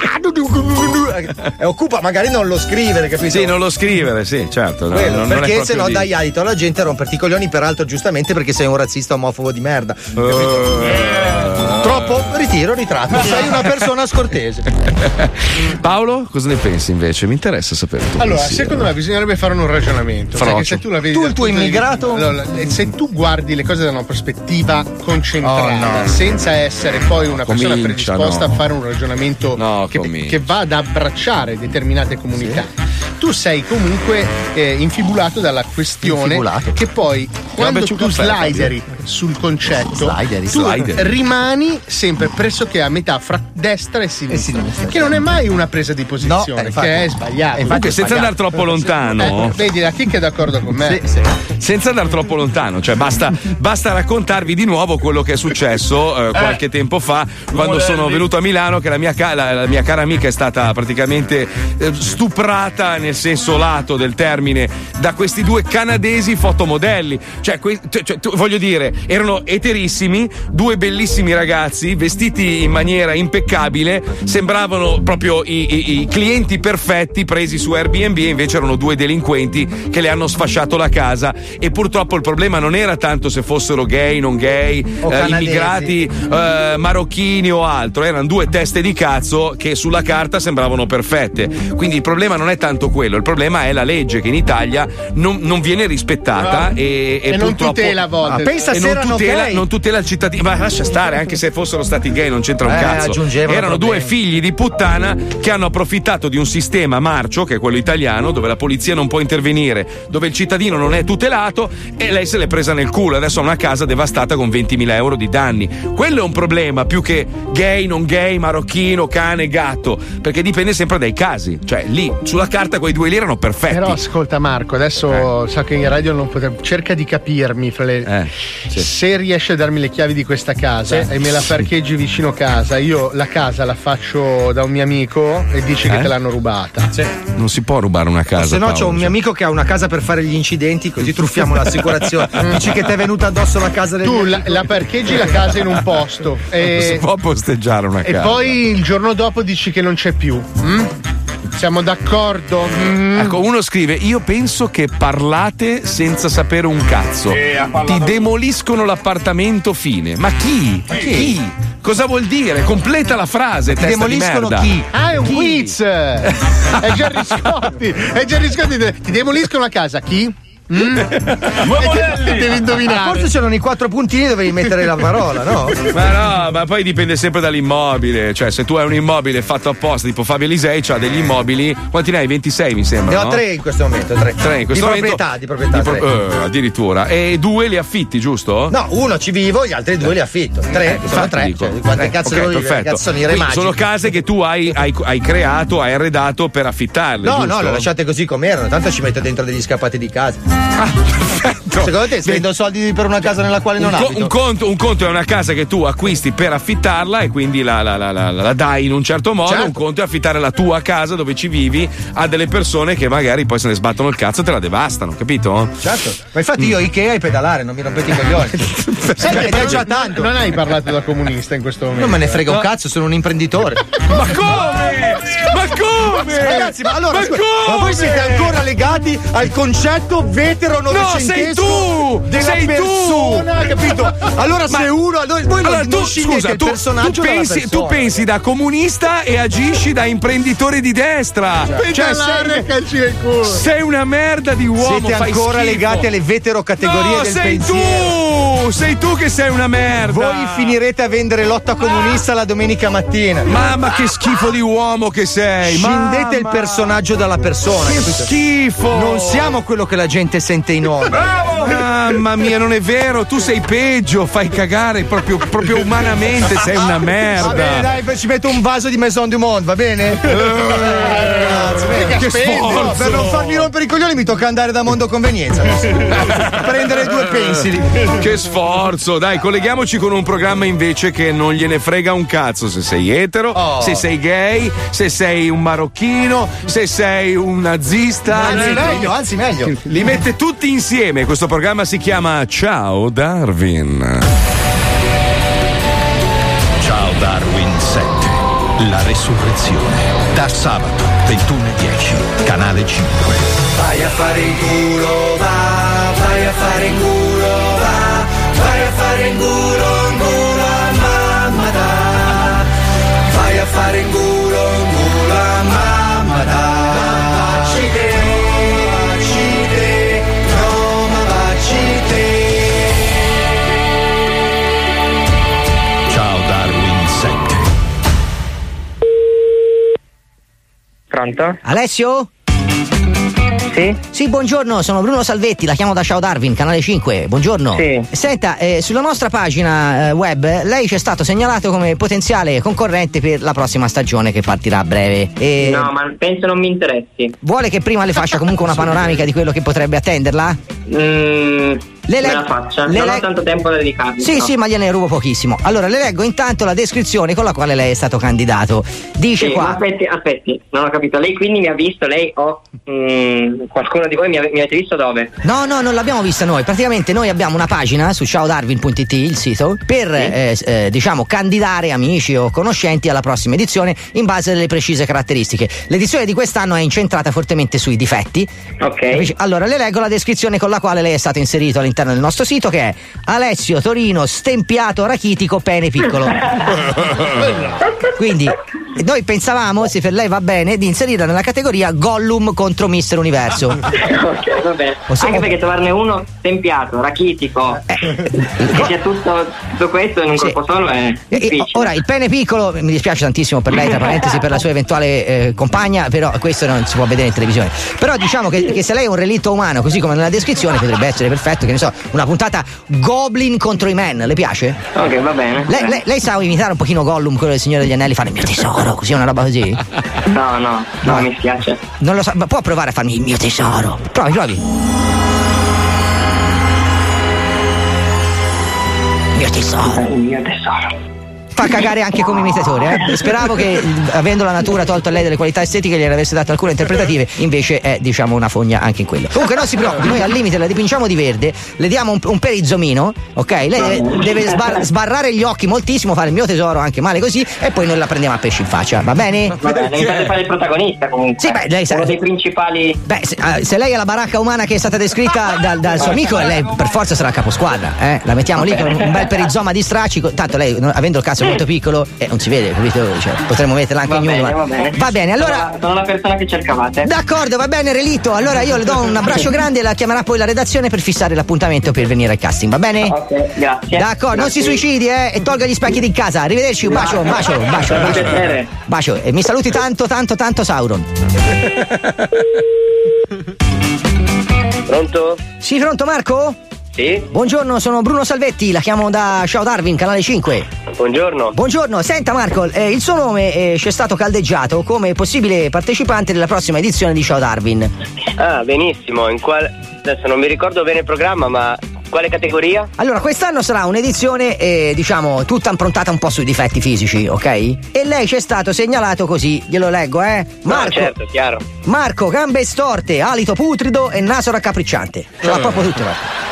e occupa, magari non lo scrivere, capito? Sì, non lo scrivere, sì, certo. No, Quello, non, non è perché proprio se no di- dai adito alla gente a romperti i coglioni, peraltro giustamente perché sei un razzista omofobo di merda. Uh, Troppo? Ritiro, ritratto. Sei una persona scortese. Paolo, cosa ne pensi invece? Mi interessa sapere. tu Allora, pensiero. secondo me bisognerebbe fare un ragionamento. Frocio. Perché se tu la vedi Tu, dal il tuo punto di immigrato? vista- allora, se tu guardi le cose da una prospettiva concentrata, Oh, no. senza essere poi una persona Comincia, predisposta no. a fare un ragionamento No, che, comincia. che va ad abbracciare determinate comunità, tu sei comunque eh, infibulato dalla questione Infibulato. che poi quando beccio tu un caffè, slideri sul concetto, Slideri, tu slideri. rimani sempre pressoché a metà fra destra e sinistra, sinistra, che non è mai una presa di posizione, No, eh, infatti. che è sbagliato. Eh, infatti Comunque, è senza sbagliato. andare troppo lontano, Eh, vedi, la chicca è d'accordo con me. Sì, sì. senza andare troppo lontano, cioè basta, basta raccontarvi di nuovo quello che è successo eh, qualche tempo fa, quando sono venuto a Milano, che la mia, ca- la, la mia cara amica è stata praticamente eh, stuprata, nel senso lato del termine, da questi due canadesi fotomodelli. Cioè, que- cioè, cioè, tu- voglio dire, erano eterissimi, due bellissimi ragazzi, vestiti in maniera impeccabile, sembravano proprio i, i- i clienti perfetti presi su Airbnb, e invece erano due delinquenti che le hanno sfasciato la casa. E purtroppo il problema non era tanto se fossero gay, non gay, O eh, canadesi. immigrati, eh, marocchini o altro, erano due teste di cazzo che sulla carta sembravano perfette. Quindi il problema non è tanto quello, il problema è la legge che in Italia non, non viene rispettata No. e, E non purtroppo- tutela a volte. Ah, pensa e se non erano tutela, gay. non tutela il cittadino. Ma lascia stare, anche se fossero stati gay non c'entra un Eh, cazzo. aggiungevano Erano problemi. due figli di puttana che hanno approfittato di un sistema marcio, che è quello italiano, dove la polizia non può intervenire, dove il cittadino non è tutelato, e lei se l'è presa nel culo. Adesso ha una casa devastata con ventimila euro di danni. Quello è un problema, più che gay, non gay, marocchino, cane, gatto, perché dipende sempre dai casi. Cioè lì sulla carta quei due lì erano perfetti. Però ascolta Marco, adesso so che in radio non potrei. Cerca di capirmi fra le. Eh, sì. Se riesci a darmi le chiavi di questa casa Sì. e me la parcheggi vicino casa, io la casa la faccio da un mio amico e dici Eh? che te l'hanno rubata. Non si può rubare una casa. Se no, c'ho Paolo, un mio cioè. amico che ha una casa per fare gli incidenti, così truffiamo l'assicurazione. Dici che ti è venuta addosso la casa del Tu mio la, amico? la parcheggi la casa in un posto Non si e, può posteggiare una e casa. poi il giorno dopo dici che non c'è più. Mm? Siamo d'accordo? Mm? Ecco, uno scrive: io penso che parlate senza sapere un cazzo. Sì, ha parlato Ti lui. demoliscono l'appartamento, fine. Ma chi? Chi? Cosa vuol dire? Completa la frase, Ti testa demoliscono di merda. chi? Ah, è un quiz! È Gerry Scotti! È Gerry Scotti! Ti demoliscono la casa, chi? Devi indovinare. Forse c'erano i quattro puntini, dovevi mettere la parola, no? Ma no, ma poi dipende sempre dall'immobile. Cioè, se tu hai un immobile fatto apposta, tipo Fabio Lisei, c'ha degli immobili. Quanti ne hai? ventisei mi sembra. Ne ho no? tre in questo momento. Tre, tre in questo di momento. proprietà, di proprietà. Di pro- tre. eh, addirittura. E due li affitti, giusto? No, uno ci vivo, gli altri due li affitto. Tre, Eh, sono tre. dico. Cioè, quante Eh, cazzo ok, devo vivere? perfetto. Cazzo sono i re Quindi magici. sono case che tu hai, hai, hai creato, hai arredato per affittarle. No, giusto? no, le ho lasciate così com'erano, tanto ci metto dentro degli scappati di casa. Secondo te spendo soldi per una casa nella quale non un, co- abito? un, conto, un conto è una casa che tu acquisti per affittarla e quindi la, la, la, la, la dai in un certo modo. Certo. Un conto è affittare la tua casa dove ci vivi a delle persone che magari poi se ne sbattono il cazzo e te la devastano, capito? Certo, ma infatti io Ikea e pedalare, non mi rompete i coglioni. Sai, è già tanto. Non hai parlato da comunista in questo momento. Non me ne frega un No. cazzo, sono un imprenditore. Ma come? Ma come? Ragazzi, ma allora Ma scusa, come? ma voi siete ancora legati al concetto vetero novecentesco sei tu! della Sei tu! persona, capito? Allora Ma- se uno, allora, voi allora, non, tu, non scegliete scusa, il tu, personaggio tu dalla pensi, persona. tu pensi da comunista e agisci da imprenditore di destra. Cioè, Pedalare e calci nel culo. sei una merda di uomo. Siete fai ancora schifo. legati alle vetero categorie No, del sei pensiero. tu! Sei tu che sei una merda. Voi finirete a vendere lotta comunista la domenica mattina. Mamma, che schifo di uomo che sei. Scindete il Mamma. personaggio dalla persona. Che capito? schifo. Non siamo quello che la gente sente in onda. Mamma mia, non è vero, tu sei peggio, fai cagare proprio, proprio umanamente, sei una merda. Va bene, dai, poi ci metto un vaso di Maison du Monde, va bene? Ragazzi, bene, che spendo. sforzo. Per non farmi rompere i coglioni mi tocca andare da Mondo Convenienza. Prendere due pensili. Che sforzo, dai, colleghiamoci con un programma invece che non gliene frega un cazzo se sei etero, Oh. se sei gay, se sei un marocchino, se sei un nazista. Anzi, meglio, anzi, meglio. Li mette tutti insieme. Questo programma si chiama Ciao Darwin. Ciao Darwin sette, la resurrezione. Da sabato ventuno e dieci, canale cinque. Vai a fare in culo, va, vai a fare in culo, va, vai a fare in culo, in culo a mamma da, vai a fare in culo, in culo a mamma da. Baci te, baci te, Roma baci te. Ciao Darwin sette. Pronto? Alessio? Sì? Sì, buongiorno, sono Bruno Salvetti, la chiamo da Ciao Darwin, canale cinque. Buongiorno. Sì. Senta, eh, sulla nostra pagina eh, web lei ci è stato segnalato come potenziale concorrente per la prossima stagione che partirà a breve. E No, ma penso non mi interessi. vuole che prima le faccia comunque una panoramica di quello che potrebbe attenderla? Mm, Le me leg- la faccia. le non leg- ho tanto tempo da dedicarmi. Sì, no. sì, ma gliene rubo pochissimo. Allora, le leggo intanto la descrizione con la quale lei è stato candidato. Dice Sì, qua. ma aspetti, aspetti, non ho capito. Lei quindi mi ha visto, lei o mm, qualcuno di voi mi, ave- mi avete visto dove? No, no, non l'abbiamo vista noi. Praticamente noi abbiamo una pagina su ciao darwin punto it, il sito, per eh, eh, diciamo candidare amici o conoscenti alla prossima edizione in base alle precise caratteristiche. L'edizione di quest'anno è incentrata fortemente sui difetti. Ok. Allora, le leggo la descrizione con la quale lei è stato inserito all'interno del nostro sito, che è Alessio Torino stempiato rachitico pene piccolo. Quindi noi pensavamo, se per lei va bene, di inserirla nella categoria Gollum contro Mister Universo. Ok, va bene. Possiamo- Anche perché trovarne uno tempiato, rachitico, che sia tutto, tutto questo in un Sì. colpo solo è E- difficile. Ora, il pene piccolo, mi dispiace tantissimo per lei, tra parentesi, per la sua eventuale eh, compagna, però questo non si può vedere in televisione. Però diciamo che, che se lei è un relitto umano, così come nella descrizione, potrebbe essere perfetto, che ne so, una puntata Goblin contro i Men, le piace? Ok, va bene. Lei, lei, lei sa imitare un pochino Gollum, quello del Signore degli Anelli, fare il mio tesoro, così, una roba così? No, no, no, mi spiace. Non lo so, ma può provare a farmi il mio tesoro? Provi, provi. Mio tesoro. Il mio tesoro. Fa cagare anche come imitatore, eh? Speravo che, avendo la natura tolto a lei delle qualità estetiche, gliene avesse dato alcune interpretative, invece è, diciamo, una fogna anche in quello. Comunque non si preoccupi, noi al limite la dipingiamo di verde, le diamo un, un perizomino, ok? Lei deve, deve sbar- sbarrare gli occhi moltissimo, fare il mio tesoro anche male così, e poi noi la prendiamo a pesci in faccia, va bene? Va bene, mi fate fare il protagonista comunque. Sì, beh, lei sa- Uno dei principali. Beh, se, eh, se lei è la baracca umana che è stata descritta dal, dal suo amico, lei per forza sarà caposquadra, eh? La mettiamo lì con un bel perizoma di stracci, tanto lei, no, avendo il cazzo molto piccolo e non si vede, capito? Cioè, potremmo metterla anche Va in bene, ma... va bene. Va bene, allora. Sono la, sono la persona che cercavate. D'accordo, va bene, Relitto. Allora io le do un abbraccio grande e la chiamerà poi la redazione per fissare l'appuntamento per venire al casting, va bene? Ok, grazie. D'accordo, non si suicidi, eh? E tolga gli specchi di casa. Arrivederci, un bacio, un bacio, un bacio, un bacio. Piacere. Bacio. E mi saluti tanto, tanto, tanto, Sauron. Pronto? Sì, pronto, Marco? Sì? Buongiorno, sono Bruno Salvetti, la chiamo da Ciao Darwin, canale cinque. Buongiorno. Buongiorno, senta Marco, eh, il suo nome eh, ci è stato caldeggiato come possibile partecipante della prossima edizione di Ciao Darwin. Ah, benissimo. In quale... Adesso non mi ricordo bene il programma, ma quale categoria? Allora, quest'anno sarà un'edizione, eh, diciamo, tutta improntata un po' sui difetti fisici, ok? E lei ci è stato segnalato così, glielo leggo, eh? Marco, No, certo, chiaro. Marco, gambe storte, alito putrido e naso raccapricciante. Ce l'ha proprio tutto, Marco.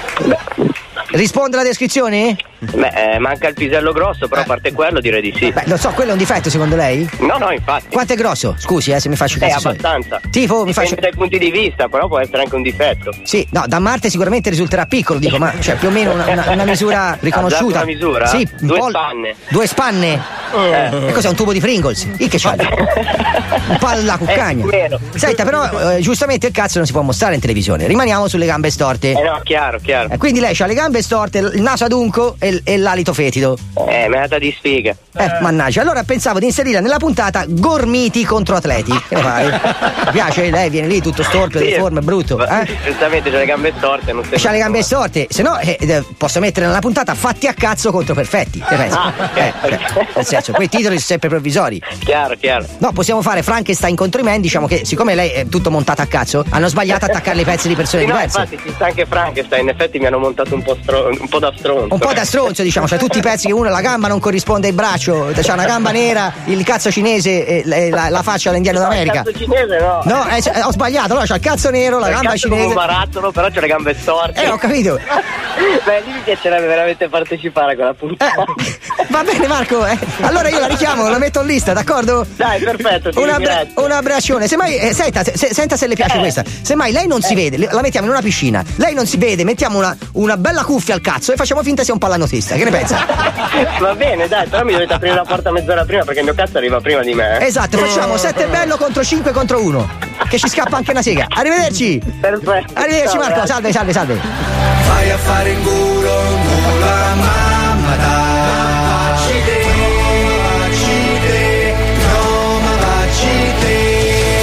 Risponde alla descrizione? Beh, eh, manca il pisello grosso, però a parte quello direi di sì. Beh, lo so, quello è un difetto secondo lei? No, no, infatti. Quanto è grosso? Scusi, eh, se mi faccio Eh, cazzo suoi. abbastanza. Tipo, mi faccio. Dipende dai punti di vista, però può essere anche un difetto. Sì, no, da Marte sicuramente risulterà piccolo, dico, ma cioè più o meno una, una, una misura riconosciuta. Una misura? Sì, un Due po' spanne. Due spanne? Eh. E cos'è, un tubo di Pringles? Il che c'ha? Un palo alla cuccagna. Eh, Senta, però, eh, giustamente il cazzo non si può mostrare in televisione. Rimaniamo sulle gambe storte. Eh no, chiaro, chiaro. Eh, quindi lei ha le gambe storte, il naso adunco e, e l'alito fetido. Eh, menata di sfiga. Eh, mannaggia, allora pensavo di inserire nella puntata gormiti contro atleti. Che ne fai? Mi piace? Lei viene lì tutto storpio, Sì, deforme, brutto. Eh? Giustamente c'ha le gambe storte, non C'ha le gambe storte, se no eh, eh, posso mettere nella puntata fatti a cazzo contro perfetti. Che pensi? Ah, ok. Eh, cioè, nel senso, quei titoli sono sempre provvisori. Chiaro, chiaro. No, possiamo fare Frankenstein contro i men, diciamo che siccome lei è tutto montato a cazzo, hanno sbagliato a attaccare le pezzi di persone Sì, no, diverse. infatti ci sta anche Frankenstein, in effetti mi hanno montato un po', stro- un po' da stronzo. Un po' da stronzo, diciamo, cioè tutti i pezzi che uno la gamba non corrisponde al braccio, c'ha una gamba nera, il cazzo cinese e e la, la faccia all'indiano d'America. Il cazzo cinese no. No, eh, cioè, ho sbagliato, allora c'ha il cazzo nero, la Il gamba cazzo cinese. come un barattolo, però c'ha le gambe storte. Eh, ho capito. Beh, lì mi piacerebbe veramente partecipare a quella puntata. Va bene Marco, eh. Allora io la richiamo, la metto in lista, d'accordo? Dai, perfetto, ti Un, abbra- ringrazio. un abbraccione. Semmai, eh, senta, se, se- senta se le piace Eh. questa. Semmai lei non si vede, le- la mettiamo in una piscina. Lei non si vede, mettiamo una, una bella cuffia al cazzo e facciamo finta sia un pallanuotista. Che ne pensa? Va bene, dai, però mi dovete aprire la porta mezz'ora prima perché il mio cazzo arriva prima di me. eh. Esatto, facciamo sette bello contro cinque contro uno. Che ci scappa anche una sega. Arrivederci. Perfetto. Arrivederci Ciao, Marco, grazie. salve, salve, salve. Vai a fare in culo, in culo a mamma, dai. te, vacci te, no ma vacci te.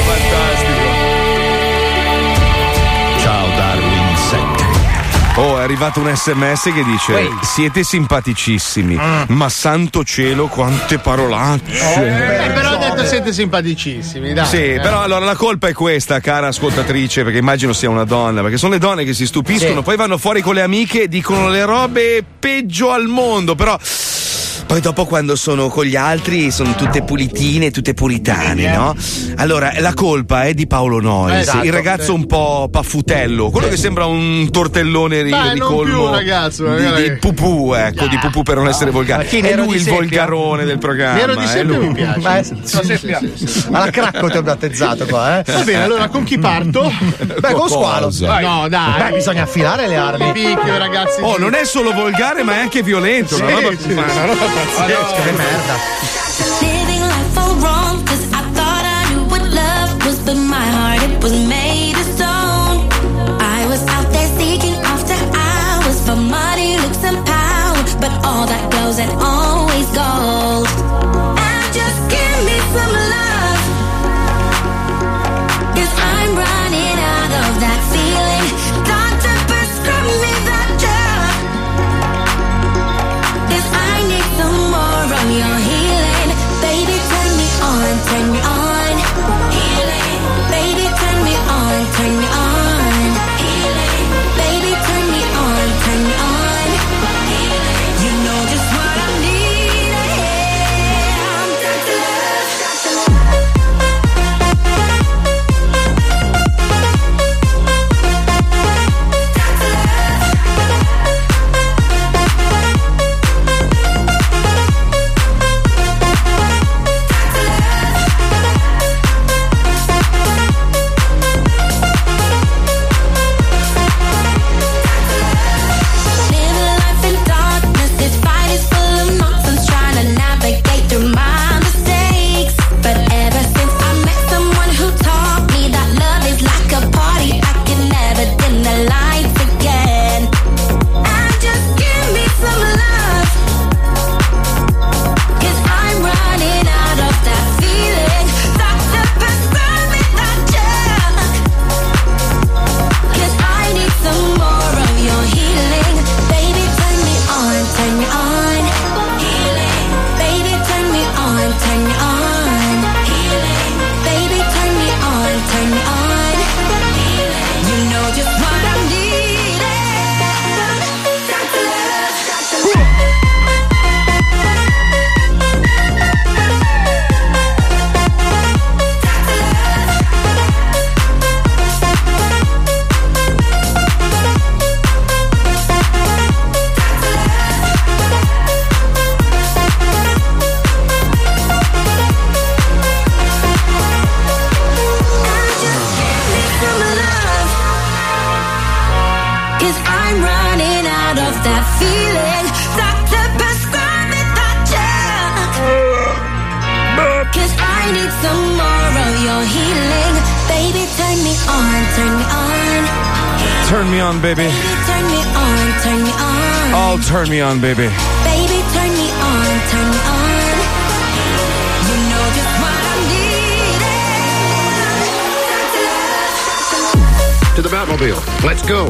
Ciao Darwin sette. Oh, è arrivato un sms che dice: Uè. siete simpaticissimi, ma santo cielo, quante parolacce. Eh, però ha detto siete simpaticissimi, dai. Sì, eh. però allora la colpa è questa, cara ascoltatrice, perché immagino sia una donna, perché sono le donne che si stupiscono, Sì. poi vanno fuori con le amiche e dicono le robe peggio al mondo, però poi dopo quando sono con gli altri sono tutte pulitine, tutte puritane, no? Allora, la colpa è di Paolo Noyes, Esatto, il ragazzo sì. un po' paffutello, quello che sembra un tortellone ri- Dai, non ricolmo più, ragazzo, di, magari. di pupù, ecco, di pupù per non essere volgare. Ma chi, È nero lui di il seppia? volgarone del programma. Nero di è seppia lui. mi piace. Ma è- Sì, sì, sì, sì, sì. Alla cracco ti ho battezzato qua, eh. Va bene, allora con chi parto? Beh, con Squalo. Cosa? No, dai. Beh, bisogna affilare le armi. Picchio, ragazzi. Oh, non è solo volgare, ma è anche violento. una Sì, roba, sì, ma sì. una roba pazzesca. Che merda. Living life all wrong, 'cause I thought I knew what love was, but my heart, it was made of stone. I was out there seeking after hours for money, looks and power, but all that goes and always gold. And just give me some love, 'cause I'm running out of that feeling. Doctor, prescribe me that drug, 'cause I need some more of your healing. some more of your healing. Baby, turn me on, turn me on. Turn me on, baby. Baby, turn me on, turn me on. Oh, turn me on, baby. Baby, turn me on, turn me on. You know just what I need. To the Batmobile. Let's go.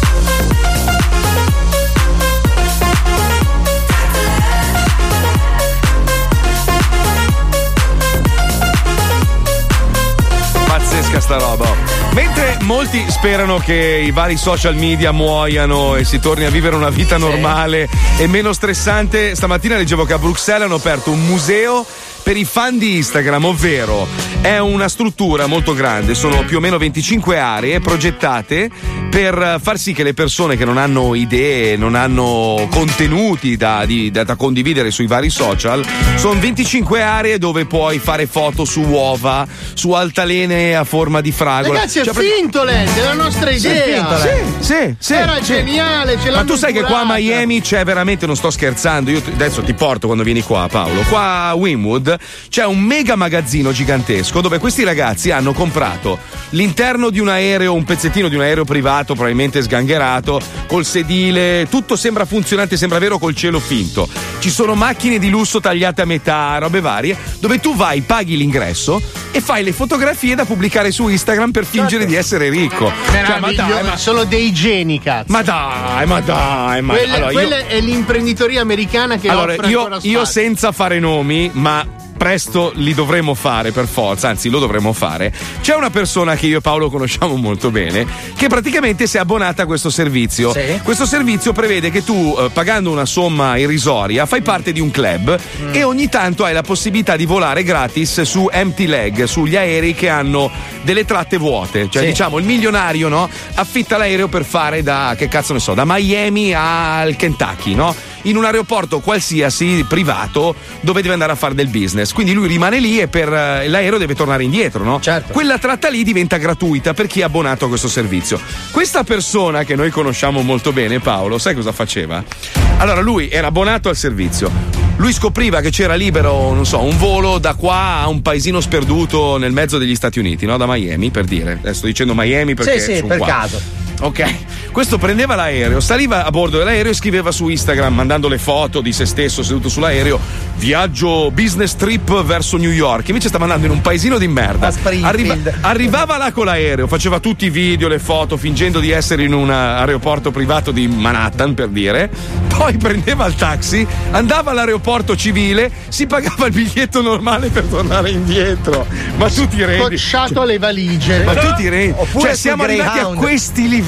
Pazzesca sta roba. Mentre molti sperano che i vari social media muoiano e si torni a vivere una vita normale e meno stressante, stamattina leggevo che a Bruxelles hanno aperto un museo per i fan di Instagram, ovvero è una struttura molto grande, sono più o meno venticinque aree progettate per far sì che le persone che non hanno idee, non hanno contenuti da, di, da, da condividere sui vari social, sono venticinque aree dove puoi fare foto su uova, su altalene a forma di fragola. Ragazzi, è Cioè, finto lente, è la nostra idea. Sì, sì, sì, Era sì. geniale, ce Ma l'hanno tu sai che qua a curata. Miami c'è veramente, non sto scherzando, io t- adesso ti porto quando vieni qua, Paolo. Qua a Wynwood c'è un mega magazzino gigantesco dove questi ragazzi hanno comprato l'interno di un aereo, un pezzettino di un aereo privato, probabilmente sgangherato, col sedile, tutto sembra funzionante, sembra vero, col cielo finto. Ci sono macchine di lusso tagliate a metà, robe varie, dove tu vai, paghi l'ingresso e fai le fotografie da pubblicare su Instagram per fingere di essere ricco. Cioè, ma dai, ma sono dei geni, cazzo. Ma dai, ma dai, ma Quella, allora, io- quella è l'imprenditoria americana che allora, offre io, ancora io spazio. senza fare nomi, ma presto li dovremo fare per forza, anzi lo dovremo fare. C'è una persona che io e Paolo conosciamo molto bene che praticamente si è abbonata a questo servizio. Sì. Questo servizio prevede che tu, eh, pagando una somma irrisoria, fai parte di un club Mm. e ogni tanto hai la possibilità di volare gratis su empty leg, sugli aerei che hanno delle tratte vuote. Cioè, Sì. diciamo, il milionario, no? Affitta l'aereo per fare da, che cazzo ne so, da Miami al Kentucky, no? In un aeroporto qualsiasi privato dove deve andare a fare del business. Quindi lui rimane lì e per eh, l'aereo deve tornare indietro, no? Certo. Quella tratta lì diventa gratuita per chi è abbonato a questo servizio. Questa persona che noi conosciamo molto bene, Paolo, sai cosa faceva? Allora, lui era abbonato al servizio. Lui scopriva che c'era libero, non so, un volo da qua a un paesino sperduto nel mezzo degli Stati Uniti, no? Da Miami, per dire. Adesso sto dicendo Miami perché Sì, sì, sono per qua. caso. Ok, questo prendeva l'aereo, saliva a bordo dell'aereo e scriveva su Instagram, mandando le foto di se stesso seduto sull'aereo, viaggio business trip verso New York. Invece stava andando in un paesino di merda. Arriva- arrivava là con l'aereo, faceva tutti i video, le foto, fingendo di essere in un aeroporto privato di Manhattan, per dire. Poi prendeva il taxi, andava all'aeroporto civile, si pagava il biglietto normale per tornare indietro. Ma tu ti rendi? Scocciato le valigie. Ma tu ti rendi? Oppure Cioè, siamo sul arrivati a Greyhound. questi livelli.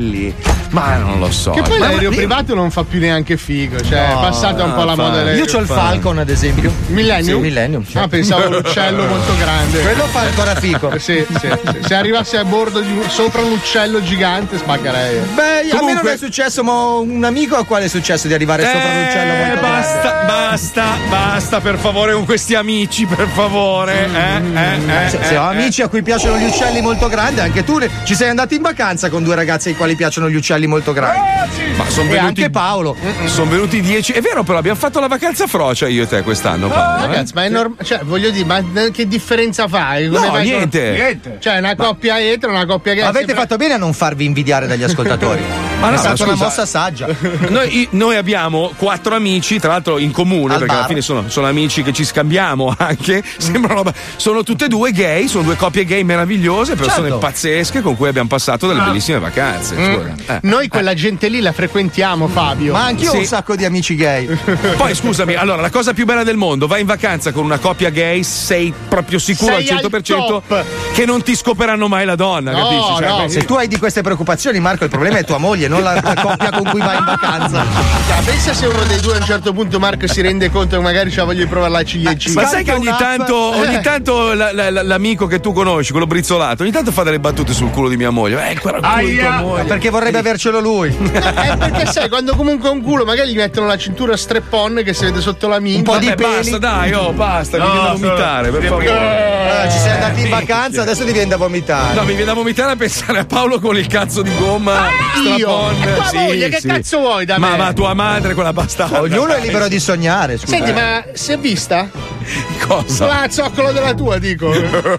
Ma non lo so. Che poi Ma- l'aereo ma- privato non fa più neanche figo, cioè No, è passata un po' la fa- moda dell'aereo. Io c'ho il Falcon, ad esempio. Millennium? Sì, Millennium. certo. Ah, pensavo l'uccello molto grande. Quello fa ancora fico. Sì, sì, sì. Se arrivassi a bordo di un- sopra un uccello gigante, spaccherei. Beh, a me non è successo, ma un amico a quale è successo di arrivare sopra un uccello Eh, molto basta, grande. basta, basta, per favore, con questi amici, per favore. Eh, eh, eh, se, eh, se ho eh. amici a cui piacciono gli uccelli molto grandi, anche tu ne- ci sei andato in vacanza con due ragazzi ai quali piacciono gli uccelli molto grandi. Ma sono E venuti anche Paolo. Sono venuti dieci. È vero, però abbiamo fatto la vacanza frocia io e te quest'anno, Paolo. eh? Ragazzi, ma è normale. Cioè, voglio dire, ma che differenza fa? Come No, vai- niente. Niente. Cioè, una coppia etero, una coppia gay. Avete sembra- fatto bene a non farvi invidiare dagli ascoltatori. Ma è no, stata ma una scusa. mossa saggia. Noi, noi abbiamo quattro amici, tra l'altro in comune, Al perché alla bar. fine sono, sono amici che ci scambiamo anche. Sembra roba. Sono tutte e due gay, sono due coppie gay meravigliose, persone Certo. pazzesche con cui abbiamo passato delle Ah. bellissime vacanze. Mm. Scusa. Eh. Noi quella gente lì la frequentiamo, Fabio. Ma anch'io ho Sì. un sacco di amici gay. Poi scusami, allora la cosa più bella del mondo, vai in vacanza con una coppia gay, sei proprio sicuro Sei al cento per cento al top. che non ti scoperanno mai la donna, No, capisci? Cioè, no, quindi- se tu hai di queste preoccupazioni, Marco, il problema è tua moglie, non la, la coppia con cui vai in vacanza. Cioè, pensa se uno dei due a un certo punto, Marco, si rende conto che magari c'ha voglia di provare la ciliegina. Ma sai che ogni tanto, ogni Eh. tanto la- la- la- l'amico che tu conosci, quello brizzolato, ogni tanto fa delle battute sul culo di mia moglie. Eh, quella culo di tua moglie. Perché vorrebbe avercelo lui. Eh, perché sai, quando comunque ha un culo, magari gli mettono la cintura strap-on che si vede sotto la minchia. Vabbè, basta, dai, oh, basta, mi No, viene da solo- vomitare, per sì, favore. Eh, ci sei andati in vacanza, adesso ti viene da vomitare. No, mi viene da vomitare a pensare a Paolo con il cazzo di gomma. Io? strapon. E tua Sì, moglie, che sì. cazzo vuoi da ma, me? Ma tua madre, quella bastarda. Ognuno è libero di sognare, scusa. Senti, ma si è vista? Cosa? La zoccolo della tua, dico.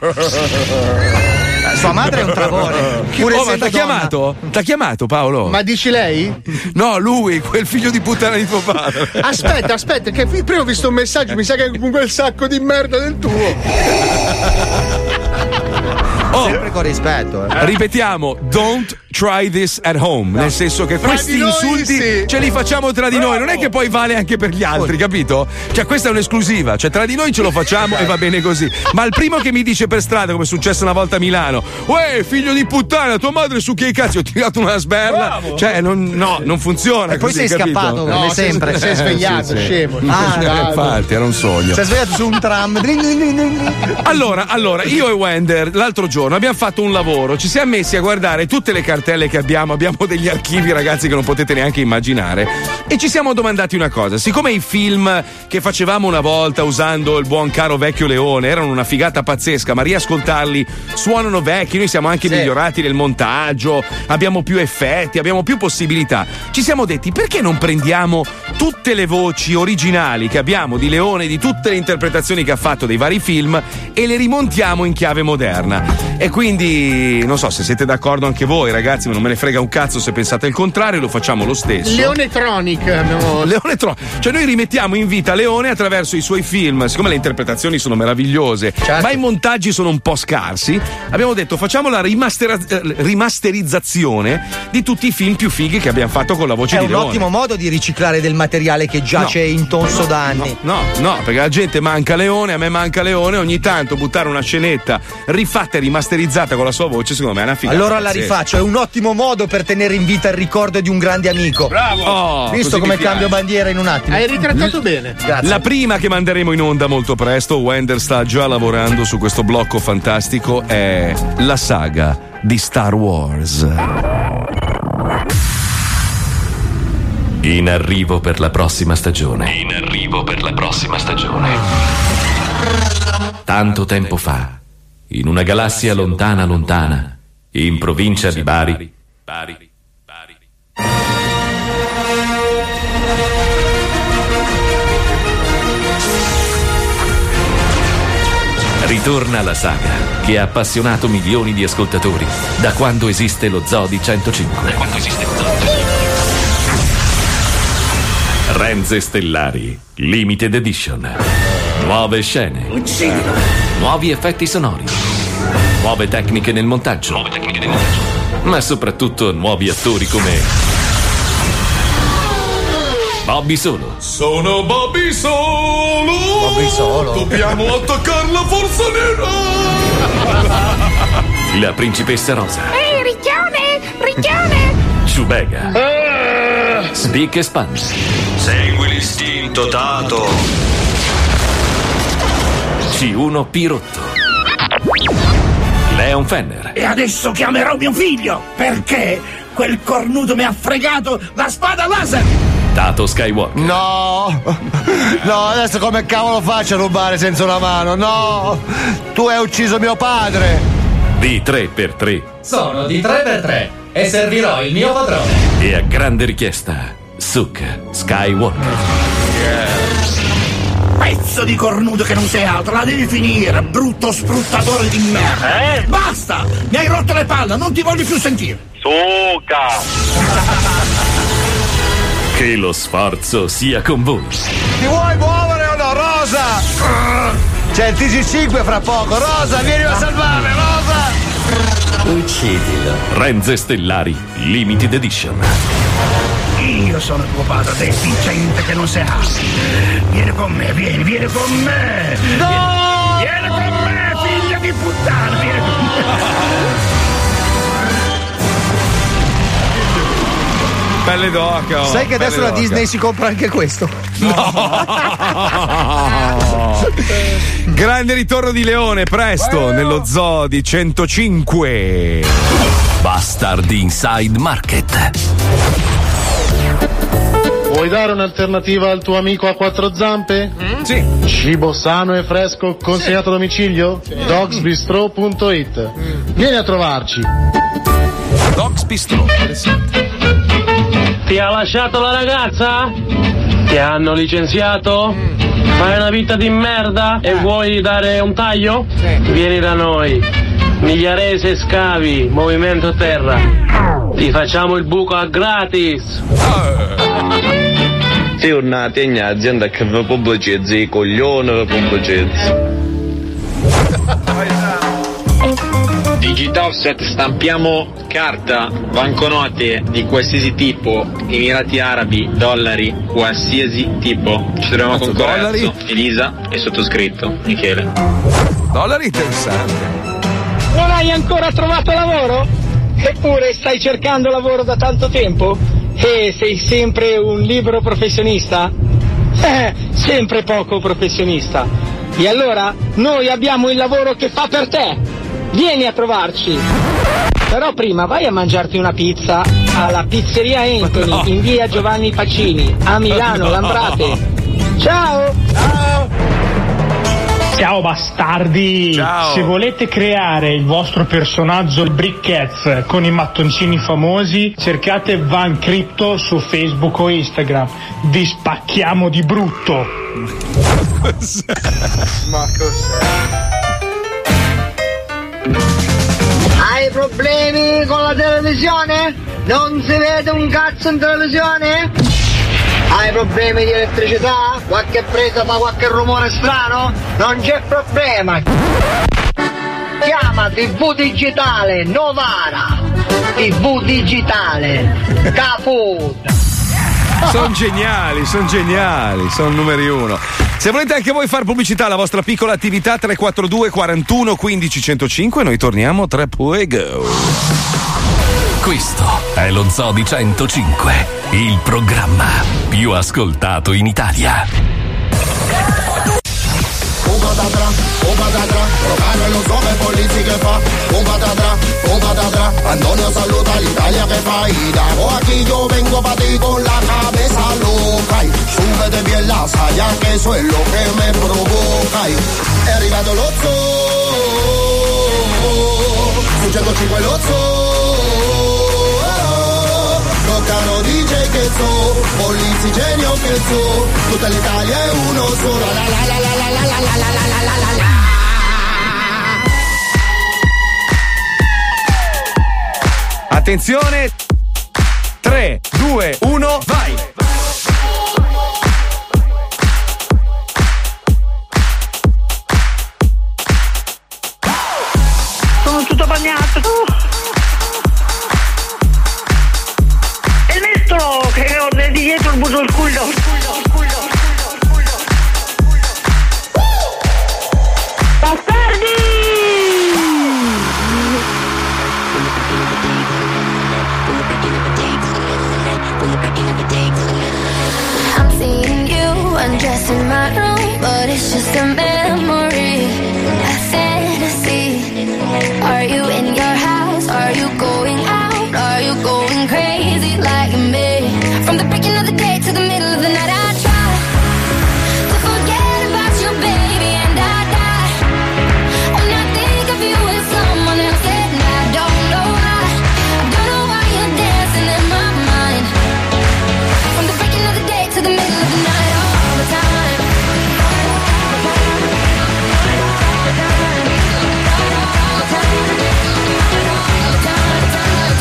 Sua madre è un travone. Pure Oh, ma essendo t'ha chiamato? T'ha chiamato Paolo? Ma dici lei? No, lui, quel figlio di puttana di tuo padre. Aspetta, aspetta, che prima ho visto un messaggio, mi sa che è con quel sacco di merda del tuo. Oh, sempre con rispetto. Eh. Ripetiamo, don't try this at home. No. Nel senso che Tra questi di noi, insulti sì. ce li facciamo tra di noi. Non è che poi vale anche per gli altri, capito? Cioè, questa è un'esclusiva. Cioè, tra di noi ce lo facciamo e va bene così. Ma il primo che mi dice per strada, come è successo una volta a Milano, uè, figlio di puttana, tua madre su che cazzo? Ho tirato una sberla. Bravo. Cioè, non, no, non funziona. E poi così, sei capito? scappato, come no, sempre. Sei svegliato, sì, sì. scemo. Ah, Eh, infatti, era un sogno. Si è svegliato su un tram. Allora, allora, io e Wender l'altro giorno abbiamo fatto un lavoro, ci siamo messi a guardare tutte le cartelle che abbiamo, abbiamo degli archivi, ragazzi, che non potete neanche immaginare, e ci siamo domandati una cosa: siccome i film che facevamo una volta usando il buon caro vecchio Leone erano una figata pazzesca, ma riascoltarli suonano vecchi, noi siamo anche sì. migliorati nel montaggio, abbiamo più effetti, abbiamo più possibilità, ci siamo detti perché non prendiamo tutte le voci originali che abbiamo di Leone, di tutte le interpretazioni che ha fatto dei vari film, e le rimontiamo in chiave moderna. E quindi non so se siete d'accordo anche voi, ragazzi, ma non me ne frega un cazzo se pensate il contrario, lo facciamo lo stesso. Leone Tronic abbiamo... Leone Tronic, cioè noi rimettiamo in vita Leone attraverso i suoi film, siccome le interpretazioni sono meravigliose, certo. ma i montaggi sono un po' scarsi, abbiamo detto facciamo la rimastera- rimasterizzazione di tutti i film più fighi che abbiamo fatto con la voce è di Leone. È un ottimo modo di riciclare del materiale che giace no, intonso no, da anni. No, no, no, perché la gente manca Leone, a me manca Leone, ogni tanto buttare una scenetta rifatta e rimasterizzata con la sua voce, secondo me è una figata. Allora la sì. rifaccio, è un ottimo modo per tenere in vita il ricordo di un grande amico. Bravo! Oh, visto come cambio bandiera in un attimo. Hai ritrattato bene. Grazie. La prima che manderemo in onda molto presto, Wender sta già lavorando su questo blocco fantastico, è la saga di Star Wars. In arrivo per la prossima stagione. In arrivo per la prossima stagione. Tanto tempo fa, in una galassia lontana lontana, in provincia di Bari, Bari, Bari. Ritorna la saga che ha appassionato milioni di ascoltatori da quando esiste lo Zoo di centocinque. Da quando esiste lo Zoo di centocinque. Renze stellari, limited edition. Nuove scene. Uccidilo. Nuovi effetti sonori. Nuove tecniche nel montaggio. Nuove tecniche nel montaggio. Ma soprattutto nuovi attori come Bobby Solo. Sono Bobby Solo. Bobby Solo. Dobbiamo attaccare la forza nera. La principessa Rosa. Ehi, ricchione! Ricchione! Chewbacca. Spic e Span. Segui l'istinto, Tato. C uno Pirotto. Leon Fenner. E adesso chiamerò mio figlio, perché quel cornuto mi ha fregato la spada laser. Tato Skywalker. No, no, adesso come cavolo faccio a rubare senza una mano? No, tu hai ucciso mio padre. Di tre per tre. Sono di tre per tre e servirò il mio padrone. E a grande richiesta, Suk Skywalker. Yeah. Pezzo di cornuto che non sei altro, la devi finire, brutto sfruttatore di merda. Eh? Basta! Mi hai rotto le palle, non ti voglio più sentire. Suca! Che lo sforzo sia con voi. Ti vuoi muovere o no, Rosa? C'è il T G cinque fra poco, Rosa, vieni a salvarmi, Rosa! Uccidilo. Renze stellari, limited edition. Io sono tuo padre, deficiente che non sei altro. Vieni con me, vieni, vieni con me. No! Vieni, vieni con me, figlia di puttana, vieni con me. Pelle d'oca. Sai che adesso la Disney si compra anche questo? No. Grande ritorno di Leone, presto, nello Zoo di centocinque. Bastard Inside Market. Oh Vuoi dare un'alternativa al tuo amico a quattro zampe? Mm? Sì. Cibo sano e fresco consegnato a domicilio? Sì. dogs bistro punto it. Mm. Vieni a trovarci. Dogs Bistro, interessante. Ti ha lasciato la ragazza? Ti hanno licenziato? Fai una vita di merda e vuoi dare un taglio? Sì. Vieni da noi. Migliarese Scavi, Movimento Terra. Ti facciamo il buco a gratis. Sì, una tegna azienda che vi pubblicizzi, i coglioni vi pubblicizzi. Digitoffset, stampiamo carta, banconote di qualsiasi tipo, Emirati Arabi, dollari, qualsiasi tipo. Ci troviamo con Corazzo, Elisa e sottoscritto, Michele. Dollari interessante. Non hai ancora trovato lavoro? Eppure stai cercando lavoro da tanto tempo? E sei sempre un libero professionista? Eh, sempre poco professionista. E allora noi abbiamo il lavoro che fa per te. Vieni a trovarci. Però prima vai a mangiarti una pizza alla pizzeria Anthony no. in via Giovanni Pacini a Milano, no. Lambrate. Ciao! Ciao! Ciao bastardi! Ciao. Se volete creare il vostro personaggio Brickheads con i mattoncini famosi, cercate Van Crypto su Facebook o Instagram. Vi spacchiamo di brutto! Ma cos'è? Hai problemi con la televisione? Non si vede un cazzo in televisione? Hai problemi di elettricità? Qualche presa fa qualche rumore strano? Non c'è problema. Chiama tivù Digitale Novara. tivù Digitale Caputa. Sono geniali, sono geniali, sono numeri uno. Se volete anche voi fare pubblicità alla vostra piccola attività, tre quattro due quarantuno quindici centocinque, noi torniamo tra poi go. Questo è lo Zoo di centocinque, il programma più ascoltato in Italia. Un patatra, un patatra, Rocano lo so che polizi che fa. Un patatra, un patatra, Antonio saluta l'Italia che fa. Y dago aquí yo vengo pa' ti con la cabeza loca. Y súbete bien la saya que eso es lo que me provoca. Y è arrivato lo zoo, su centocinque lo zoo. Rocano dice che so, polizi genio che so. Tutta l'Italia è uno solo. La la la la la la la la la la la la la. Attenzione, tre, due, uno, vai! Sono tutto bagnato. È il mestolo che ho di dietro il buso al culo. Undressed in my room, but it's just a memory, a fantasy. Are you in your house? Are you going out? Are you going crazy like me? From the breaking of the day to the middle of the night, I try to forget about you, baby, and I die when I think of you with someone else, and I don't know why. I don't know why you're dancing in my mind. From the breaking of the day to the middle of the night. Time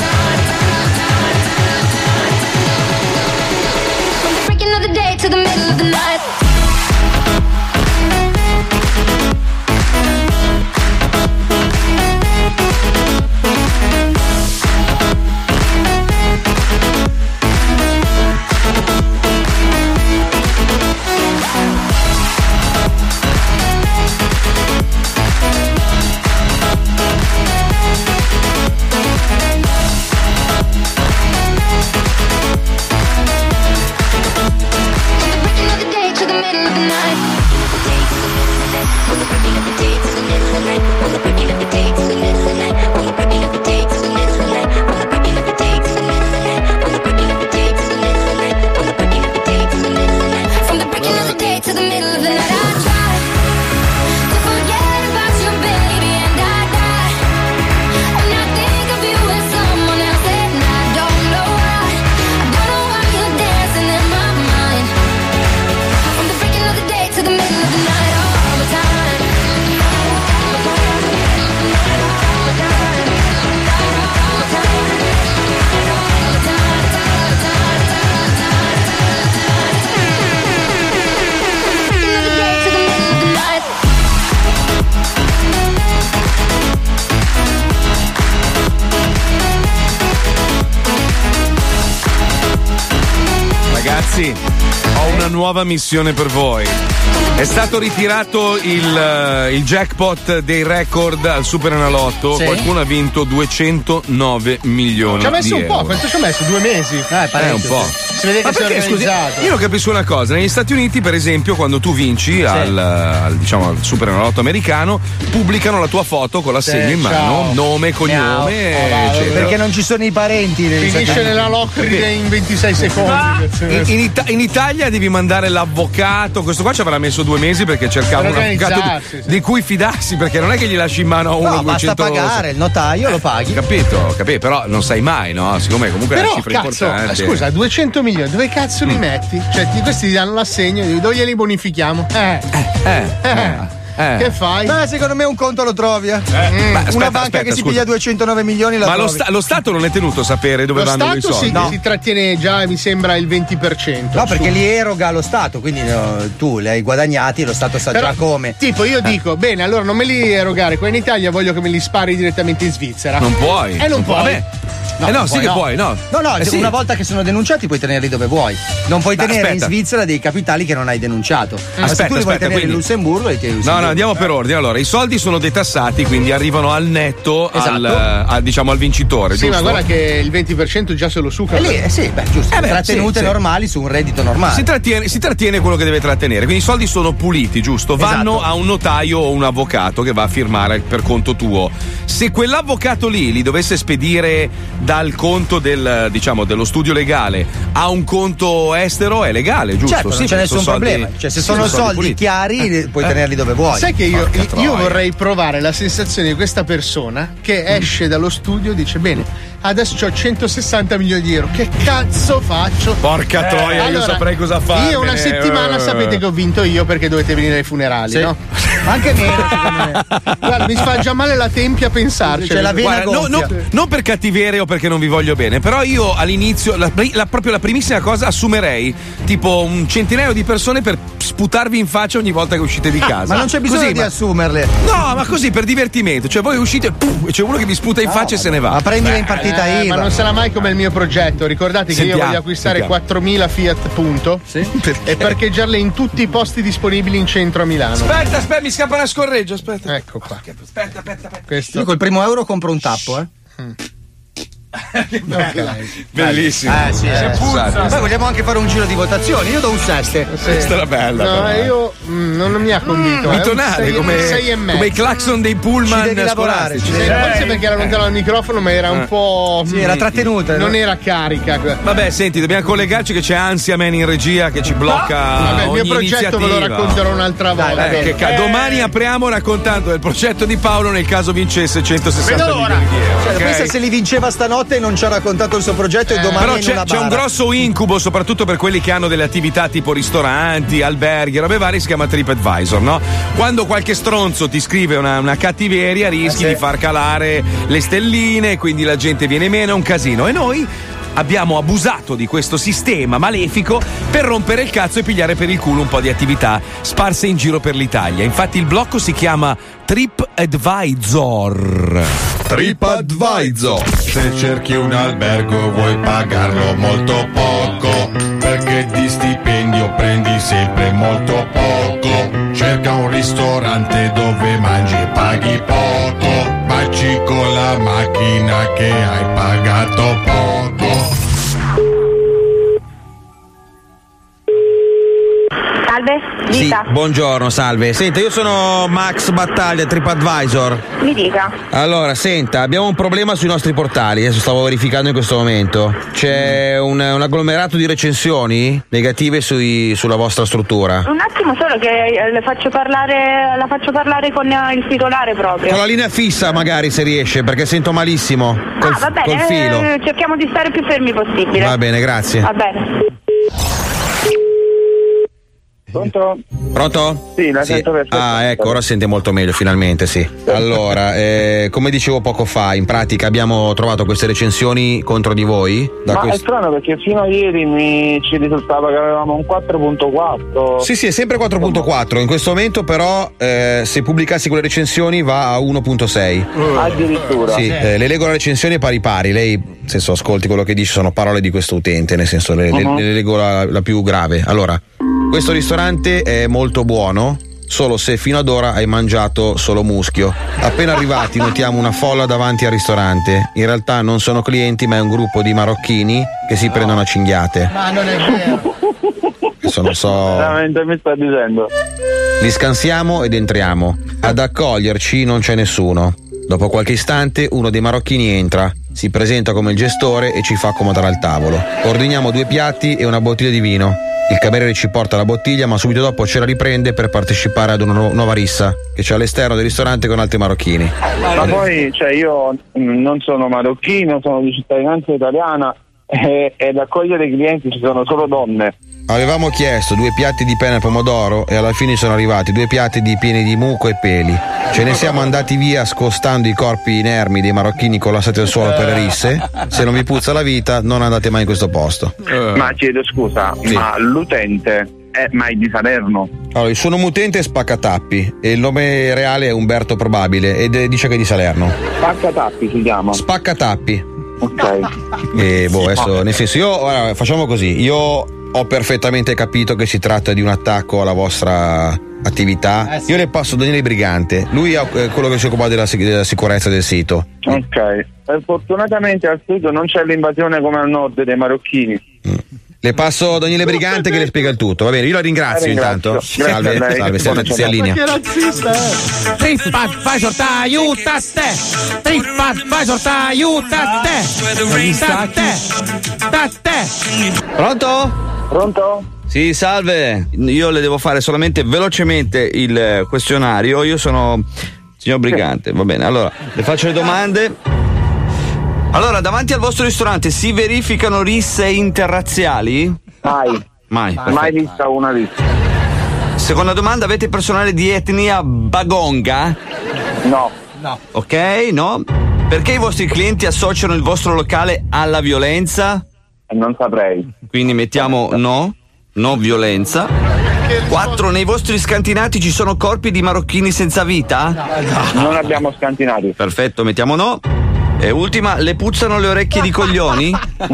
Ragazzi, ho una nuova missione per voi. È stato ritirato il, il jackpot dei record al Superenalotto. Sì. Qualcuno ha vinto duecentonove milioni. Ci ha messo di un po', euro. quanto ci ha messo? Due mesi? Eh, Eh, un po'. Si vede Ma che si è perché, scusi, organizzato. io non capisco una cosa. Negli Stati Uniti, per esempio, quando tu vinci al, al, diciamo, al Superenalotto americano, pubblicano la tua foto con l'assegno Sì, in mano, ciao. nome, cognome, Ciao. eccetera. Perché non ci sono i parenti. negli Stati Finisce Uniti. nella locride in ventisei secondi. In, in Ita- in Italia devi mandare l'avvocato. Questo qua ci avrà messo due mesi perché cercava Per un avvocato di, organizzarsi, sì. di cui fidarsi, perché non è che gli lasci in mano a uno No, basta duecento pagare il notaio, lo paghi. Capito, capito, però non sai mai, no? Siccome comunque è Però una cifra cazzo, importante. scusa, duecento milioni, dove cazzo li metti? Cioè, ti- questi ti danno l'assegno, dove glieli bonifichiamo? Eh. Eh, eh. Eh. Che fai? Beh, secondo me un conto lo trovi. Eh. Mm. Ma aspetta, Una banca aspetta, che si scusa. piglia duecentonove milioni la Ma lo, trovi. sta- lo Stato non è tenuto a sapere dove Lo vanno i Stato soldi. si, si trattiene già, mi sembra, il venti per cento. No, perché Su. li eroga lo Stato, quindi no, tu li hai guadagnati e lo Stato sa Però, già come. Tipo, io dico, bene, allora non me li erogare qua in Italia, voglio che me li spari direttamente in Svizzera. Non puoi. Eh, non, puoi. Vabbè. eh no, sì che puoi, no. No, no, Eh sì. una volta che sono denunciati puoi tenerli dove vuoi. Non puoi Ma tenere aspetta. in Svizzera dei capitali che non hai denunciato. Ma se Aspetta, tu li vuoi aspetta, tenere quindi- in Lussemburgo, li tieni in No, Lussemburgo. no, andiamo per ordine. Allora, i soldi sono detassati, quindi arrivano al netto Esatto. al, al- diciamo al vincitore. Sì, giusto? ma guarda che il venti per cento già se lo succa. E lì, eh sì, beh, giusto. Eh beh, trattenute sì, sì. normali su un reddito normale. Si trattiene, si trattiene quello che deve trattenere, quindi i soldi sono puliti, giusto? Vanno Esatto. a un notaio o un avvocato che va a firmare per conto tuo. Se quell'avvocato lì li dovesse spedire dal conto del, diciamo, dello studio legale a un conto estero, è legale, giusto? Certo, non Sì, c'è perché nessun sono soldi- problema. Cioè, se sì, sono soldi soldi puliti. chiari, li- puoi Eh. tenerli dove vuoi. Sai che io, Porca io troia. vorrei provare la sensazione di questa persona che esce dallo studio e dice: bene, adesso ho centosessanta milioni di euro, che cazzo faccio? Porca troia, io saprei cosa fare. Io una settimana sapete che ho vinto io perché dovete venire ai funerali, Sì. no? Anche meno, secondo me. Guarda, mi fa già male la tempia a pensarci. C'è la vena Guarda, no, gonfia. no, non per cattiveria o perché non vi voglio bene, però io all'inizio, la, la- proprio la primissima cosa, assumerei tipo un centinaio di persone per sputarvi in faccia ogni volta che uscite di casa. Ma non c'è bisogno Così, di ma- assumerle. No, ma così per divertimento, cioè voi uscite puh, e c'è uno che vi sputa in faccia e se ne va. Ma prendila in partita Eh, I V A. ma non sarà mai come il mio progetto. Ricordate che Sentiamo, io voglio acquistare sentiamo. quattromila Fiat punto e parcheggiarle in tutti i posti disponibili in centro a Milano. Aspetta, aspetta, mi scappa una scorreggio, aspetta. Ecco qua. Aspetta, aspetta, aspetta. Questo. Io col primo euro compro un tappo, eh. Bellissimo. Eh sì, eh. Scusate. Poi vogliamo anche fare un giro di votazioni. Io do un sette. Questa era bella. No, però, eh. io mm, non mi ha convinto. Mi è un tonale, sei- come, sei e mezzo. come i clacson dei Ci pullman devi lavorare, scolastici. ci Sì, devi- forse perché era lontano dal microfono, ma era un Eh. po'. Sì, era trattenuta. Non era carica. Vabbè, senti, dobbiamo collegarci che c'è Ansia Man in regia che ci blocca. Vabbè, il mio ogni progetto ve lo iniziativa. racconterò un'altra Dai, volta. va Eh, che ca- domani apriamo raccontando del progetto di Paolo nel caso vincesse centosessanta Vedo l'ora. milioni di euro. Cioè, ok? pensa se li vinceva stanotte e non ci ha raccontato il suo progetto e domani Però è in c'è, una c'è un bara. grosso incubo, soprattutto per quelli che hanno delle attività tipo ristoranti, alberghi, robe varie, si chiama TripAdvisor, no? Quando qualche stronzo ti scrive una, una cattiveria, rischi Eh sì. di far calare le stelline, quindi la gente viene meno, è un casino. E noi abbiamo abusato di questo sistema malefico per rompere il cazzo e pigliare per il culo un po' di attività sparse in giro per l'Italia. Infatti il blocco si chiama TripAdvisor. TripAdvisor. Se cerchi un albergo vuoi pagarlo molto poco, perché di stipendio prendi sempre molto poco. Cerca un ristorante dove mangi e paghi poco, baci con la macchina che hai pagato poco. Salve, Sì, dica. buongiorno, salve. Senta, io sono Max Battaglia, TripAdvisor. Mi dica. Allora, senta, abbiamo un problema sui nostri portali, adesso stavo verificando in questo momento. C'è un, un agglomerato di recensioni negative sui- sulla vostra struttura. Un attimo solo che eh, le faccio parlare, la faccio parlare con eh, il titolare proprio. Con la linea fissa magari se riesce, perché sento malissimo. Col, ah, va bene, col filo. eh, cerchiamo di stare più fermi possibile. Va bene, grazie. Va bene. Pronto? Pronto? Sì, la sento perfettamente. Ah, ecco, ora sente molto meglio, finalmente, sì. Allora, eh, come dicevo poco fa, in pratica abbiamo trovato queste recensioni contro di voi. Da Ma quest- è strano perché fino a ieri mi ci risultava che avevamo un quattro punto quattro. Sì, sì, è sempre quattro punto quattro. In questo momento, però, eh, se pubblicassi quelle recensioni va a uno punto sei. Uh. Addirittura. Sì, eh, le leggo la recensione pari pari. Lei, nel senso, ascolti quello che dice, sono parole di questo utente, nel senso, le, Uh-huh. le, le leggo la, la più grave. Allora, questo ristorante è molto buono, solo se fino ad ora hai mangiato solo muschio. Appena arrivati notiamo una folla davanti al ristorante. In realtà non sono clienti, ma è un gruppo di marocchini che si prendono a cinghiate. Ma non è vero. Adesso non so. Veramente mi sta dicendo. Li scansiamo ed entriamo. Ad accoglierci non c'è nessuno. Dopo qualche istante uno dei marocchini entra, si presenta come il gestore e ci fa accomodare al tavolo. Ordiniamo due piatti e una bottiglia di vino. Il cameriere ci porta la bottiglia, ma subito dopo ce la riprende per partecipare ad una nu- nuova rissa che c'è all'esterno del ristorante con altri marocchini. Ma poi, cioè, io mh, non sono marocchino, sono di cittadinanza italiana e, e ad accogliere i clienti ci sono solo donne. Avevamo chiesto due piatti di penne al pomodoro e alla fine sono arrivati due piatti di pieni di muco e peli. Ce ne siamo andati via scostando i corpi inermi dei marocchini collassati al suolo per le risse. Se non vi puzza la vita, non andate mai in questo posto. Ma chiedo scusa, Sì. ma l'utente è mai di Salerno? Allora, il suo nome utente è Spaccatappi e il nome reale è Umberto Probabile ed è- dice che è di Salerno. Spaccatappi si chiama? Spaccatappi. Ok. E boh, adesso, nel senso, io guarda, facciamo così, io ho perfettamente capito che si tratta di un attacco alla vostra attività. Eh sì. Io le passo Daniele Brigante, lui è eh, quello che si occupa della, sic- della sicurezza del sito. Ok. Eh, fortunatamente al sud non c'è l'invasione come al nord dei marocchini. Le passo Daniele Brigante che le spiega il tutto. Va bene, io la ringrazio, La ringrazio. intanto. Grazie a Salve, lei. salve, Buona stia, stia in linea. razzista è? TripAdvisor t'aiuta a te. TripAdvisor t'aiuta a te. Da te. Da te. Pronto? Pronto? Sì, salve. Io le devo fare solamente velocemente il questionario. Io sono signor Brigante, va bene. Allora, le faccio le domande. Allora, davanti al vostro ristorante si verificano risse interrazziali? Mai. Mai. Mai perfetto. vista una lista. Seconda domanda, avete personale di etnia Bagonga? No. No. Ok, no. Perché i vostri clienti associano il vostro locale alla violenza? Non saprei. Quindi mettiamo no, no violenza. Quattro, nei vostri scantinati ci sono corpi di marocchini senza vita? Non abbiamo scantinati. Perfetto, mettiamo no. E ultima, le puzzano le orecchie di coglioni?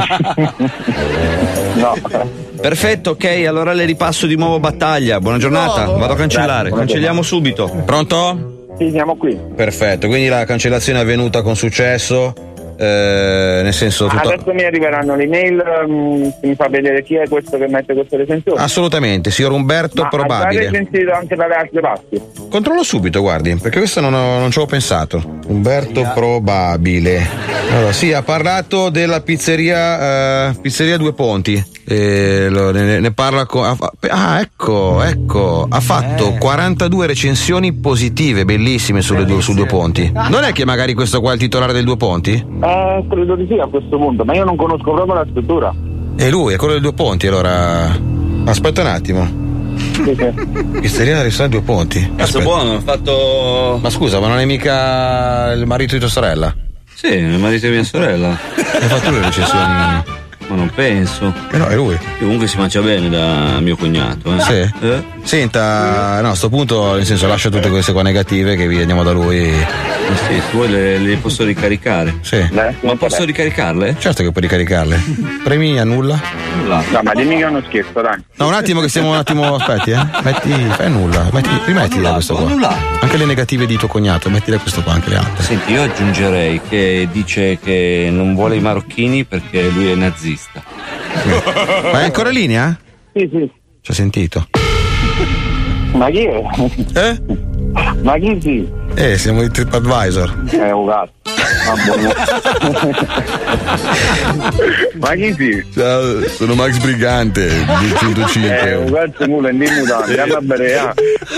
No. Perfetto, ok, allora le ripasso di nuovo battaglia. Buona giornata, vado a cancellare. Grazie, Cancelliamo subito. Pronto? Sì, siamo qui. Perfetto, quindi la cancellazione è avvenuta con successo. Eh, nel senso tutto... Adesso mi arriveranno l'email, mh, mi fa vedere chi è questo che mette queste recensioni. Assolutamente, signor Umberto Ma Probabile. ha già recensito anche dalle altre parti. Controllo subito, guardi, perché questo non, ho- non ci avevo pensato. Umberto Probabile. Allora, sì, ha parlato della pizzeria eh, Pizzeria Due Ponti. Eh, lo- ne, ne parla con. ha fa- Ah, ecco, ecco. Ha fatto quarantadue recensioni positive, bellissime sulle due, su Due Ponti. Non è che magari questo qua è il titolare del Due Ponti? Eh, credo di sì a questo punto, ma io non conosco proprio la struttura. E lui, è quello del Due Ponti, allora. Aspetta un attimo. Sì, sì. Pizzeria del ristorante Due Ponti. Cazzo buono, ho fatto. Ma scusa, ma non è mica il marito di tua sorella? Sì, il marito di mia sorella. Hai fatto lui le recensioni? Ma non penso. Eh no, è lui. Comunque si mangia bene da mio cognato. Eh? Sì? Eh? Senta, no, a sto punto, nel senso, lascia tutte queste qua negative che vi andiamo da lui. Ma sì, se vuoi le, le posso ricaricare. Sì. Ma posso ricaricarle? Certo che puoi ricaricarle. Premi annulla? Nulla. No, ma dimmi che è uno scherzo, dai. No, un attimo che stiamo un attimo. Aspetti, eh. Metti. Fai nulla. Metti, rimettile questo qua. Annullato. Anche le negative di tuo cognato, mettile questo qua, anche le altre. Senti, io aggiungerei che dice che non vuole i marocchini perché lui è nazista. Ma è ancora in linea? Sì, sì. Ci ha sentito. Ma chi è? Eh? Ma chi sì? Eh, siamo di TripAdvisor. È un gatto. Ma chi si? Ciao, sono Max Brigante di centocinque. Eh, un cazzo mulo in mutante, andiamo a bere, ah.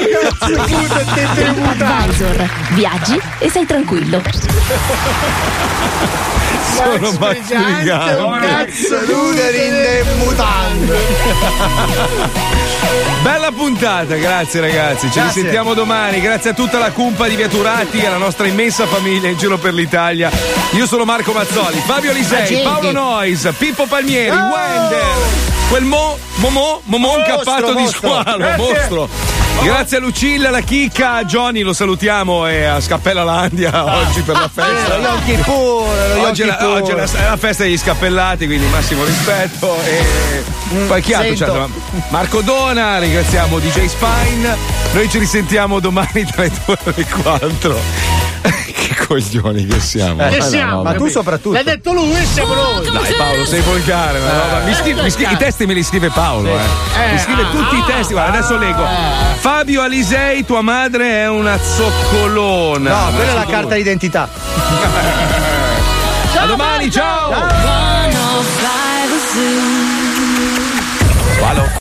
TripAdvisor. Viaggi e sei tranquillo. Sono Max Brigante. Un cazzo Ruderi in mutande. Bella puntata, grazie ragazzi. Ci Grazie. risentiamo domani. Grazie a tutta la cumpa di Via Turati e alla nostra immensa famiglia in giro per l'Italia. Io sono Marco Mazzoli, Fabio Lisei, Agenti. Paolo Nois, Pippo Palmieri, Oh! Wender, quel mo, Momò, Momò Mostro, incappato di mostro. squalo, Grazie. mostro. Grazie a Lucilla, alla Chicca, a Johnny, lo salutiamo, e a Scappella Landia oggi per la festa. Lo Yom Kippur, lo Yom Oggi è la, Kippur. oggi è la- è la festa degli scappellati, quindi massimo rispetto. E poi chi altro? sento. C'è? Marco Dona, ringraziamo D J Spine. Noi ci risentiamo domani tra le due e le quattro. Che coglioni che siamo. Che Ma no, siamo? ma tu soprattutto. L'ha detto lui, siamo noi. Dai Paolo, sei volgare. una roba. Mi scrive- mi scrive- I testi me li scrive Paolo, eh. Mi scrive tutti i testi. Guarda, adesso leggo. Fabio Alisei, tua madre è una zoccolona. No, quella è la carta d'identità. A domani, ciao!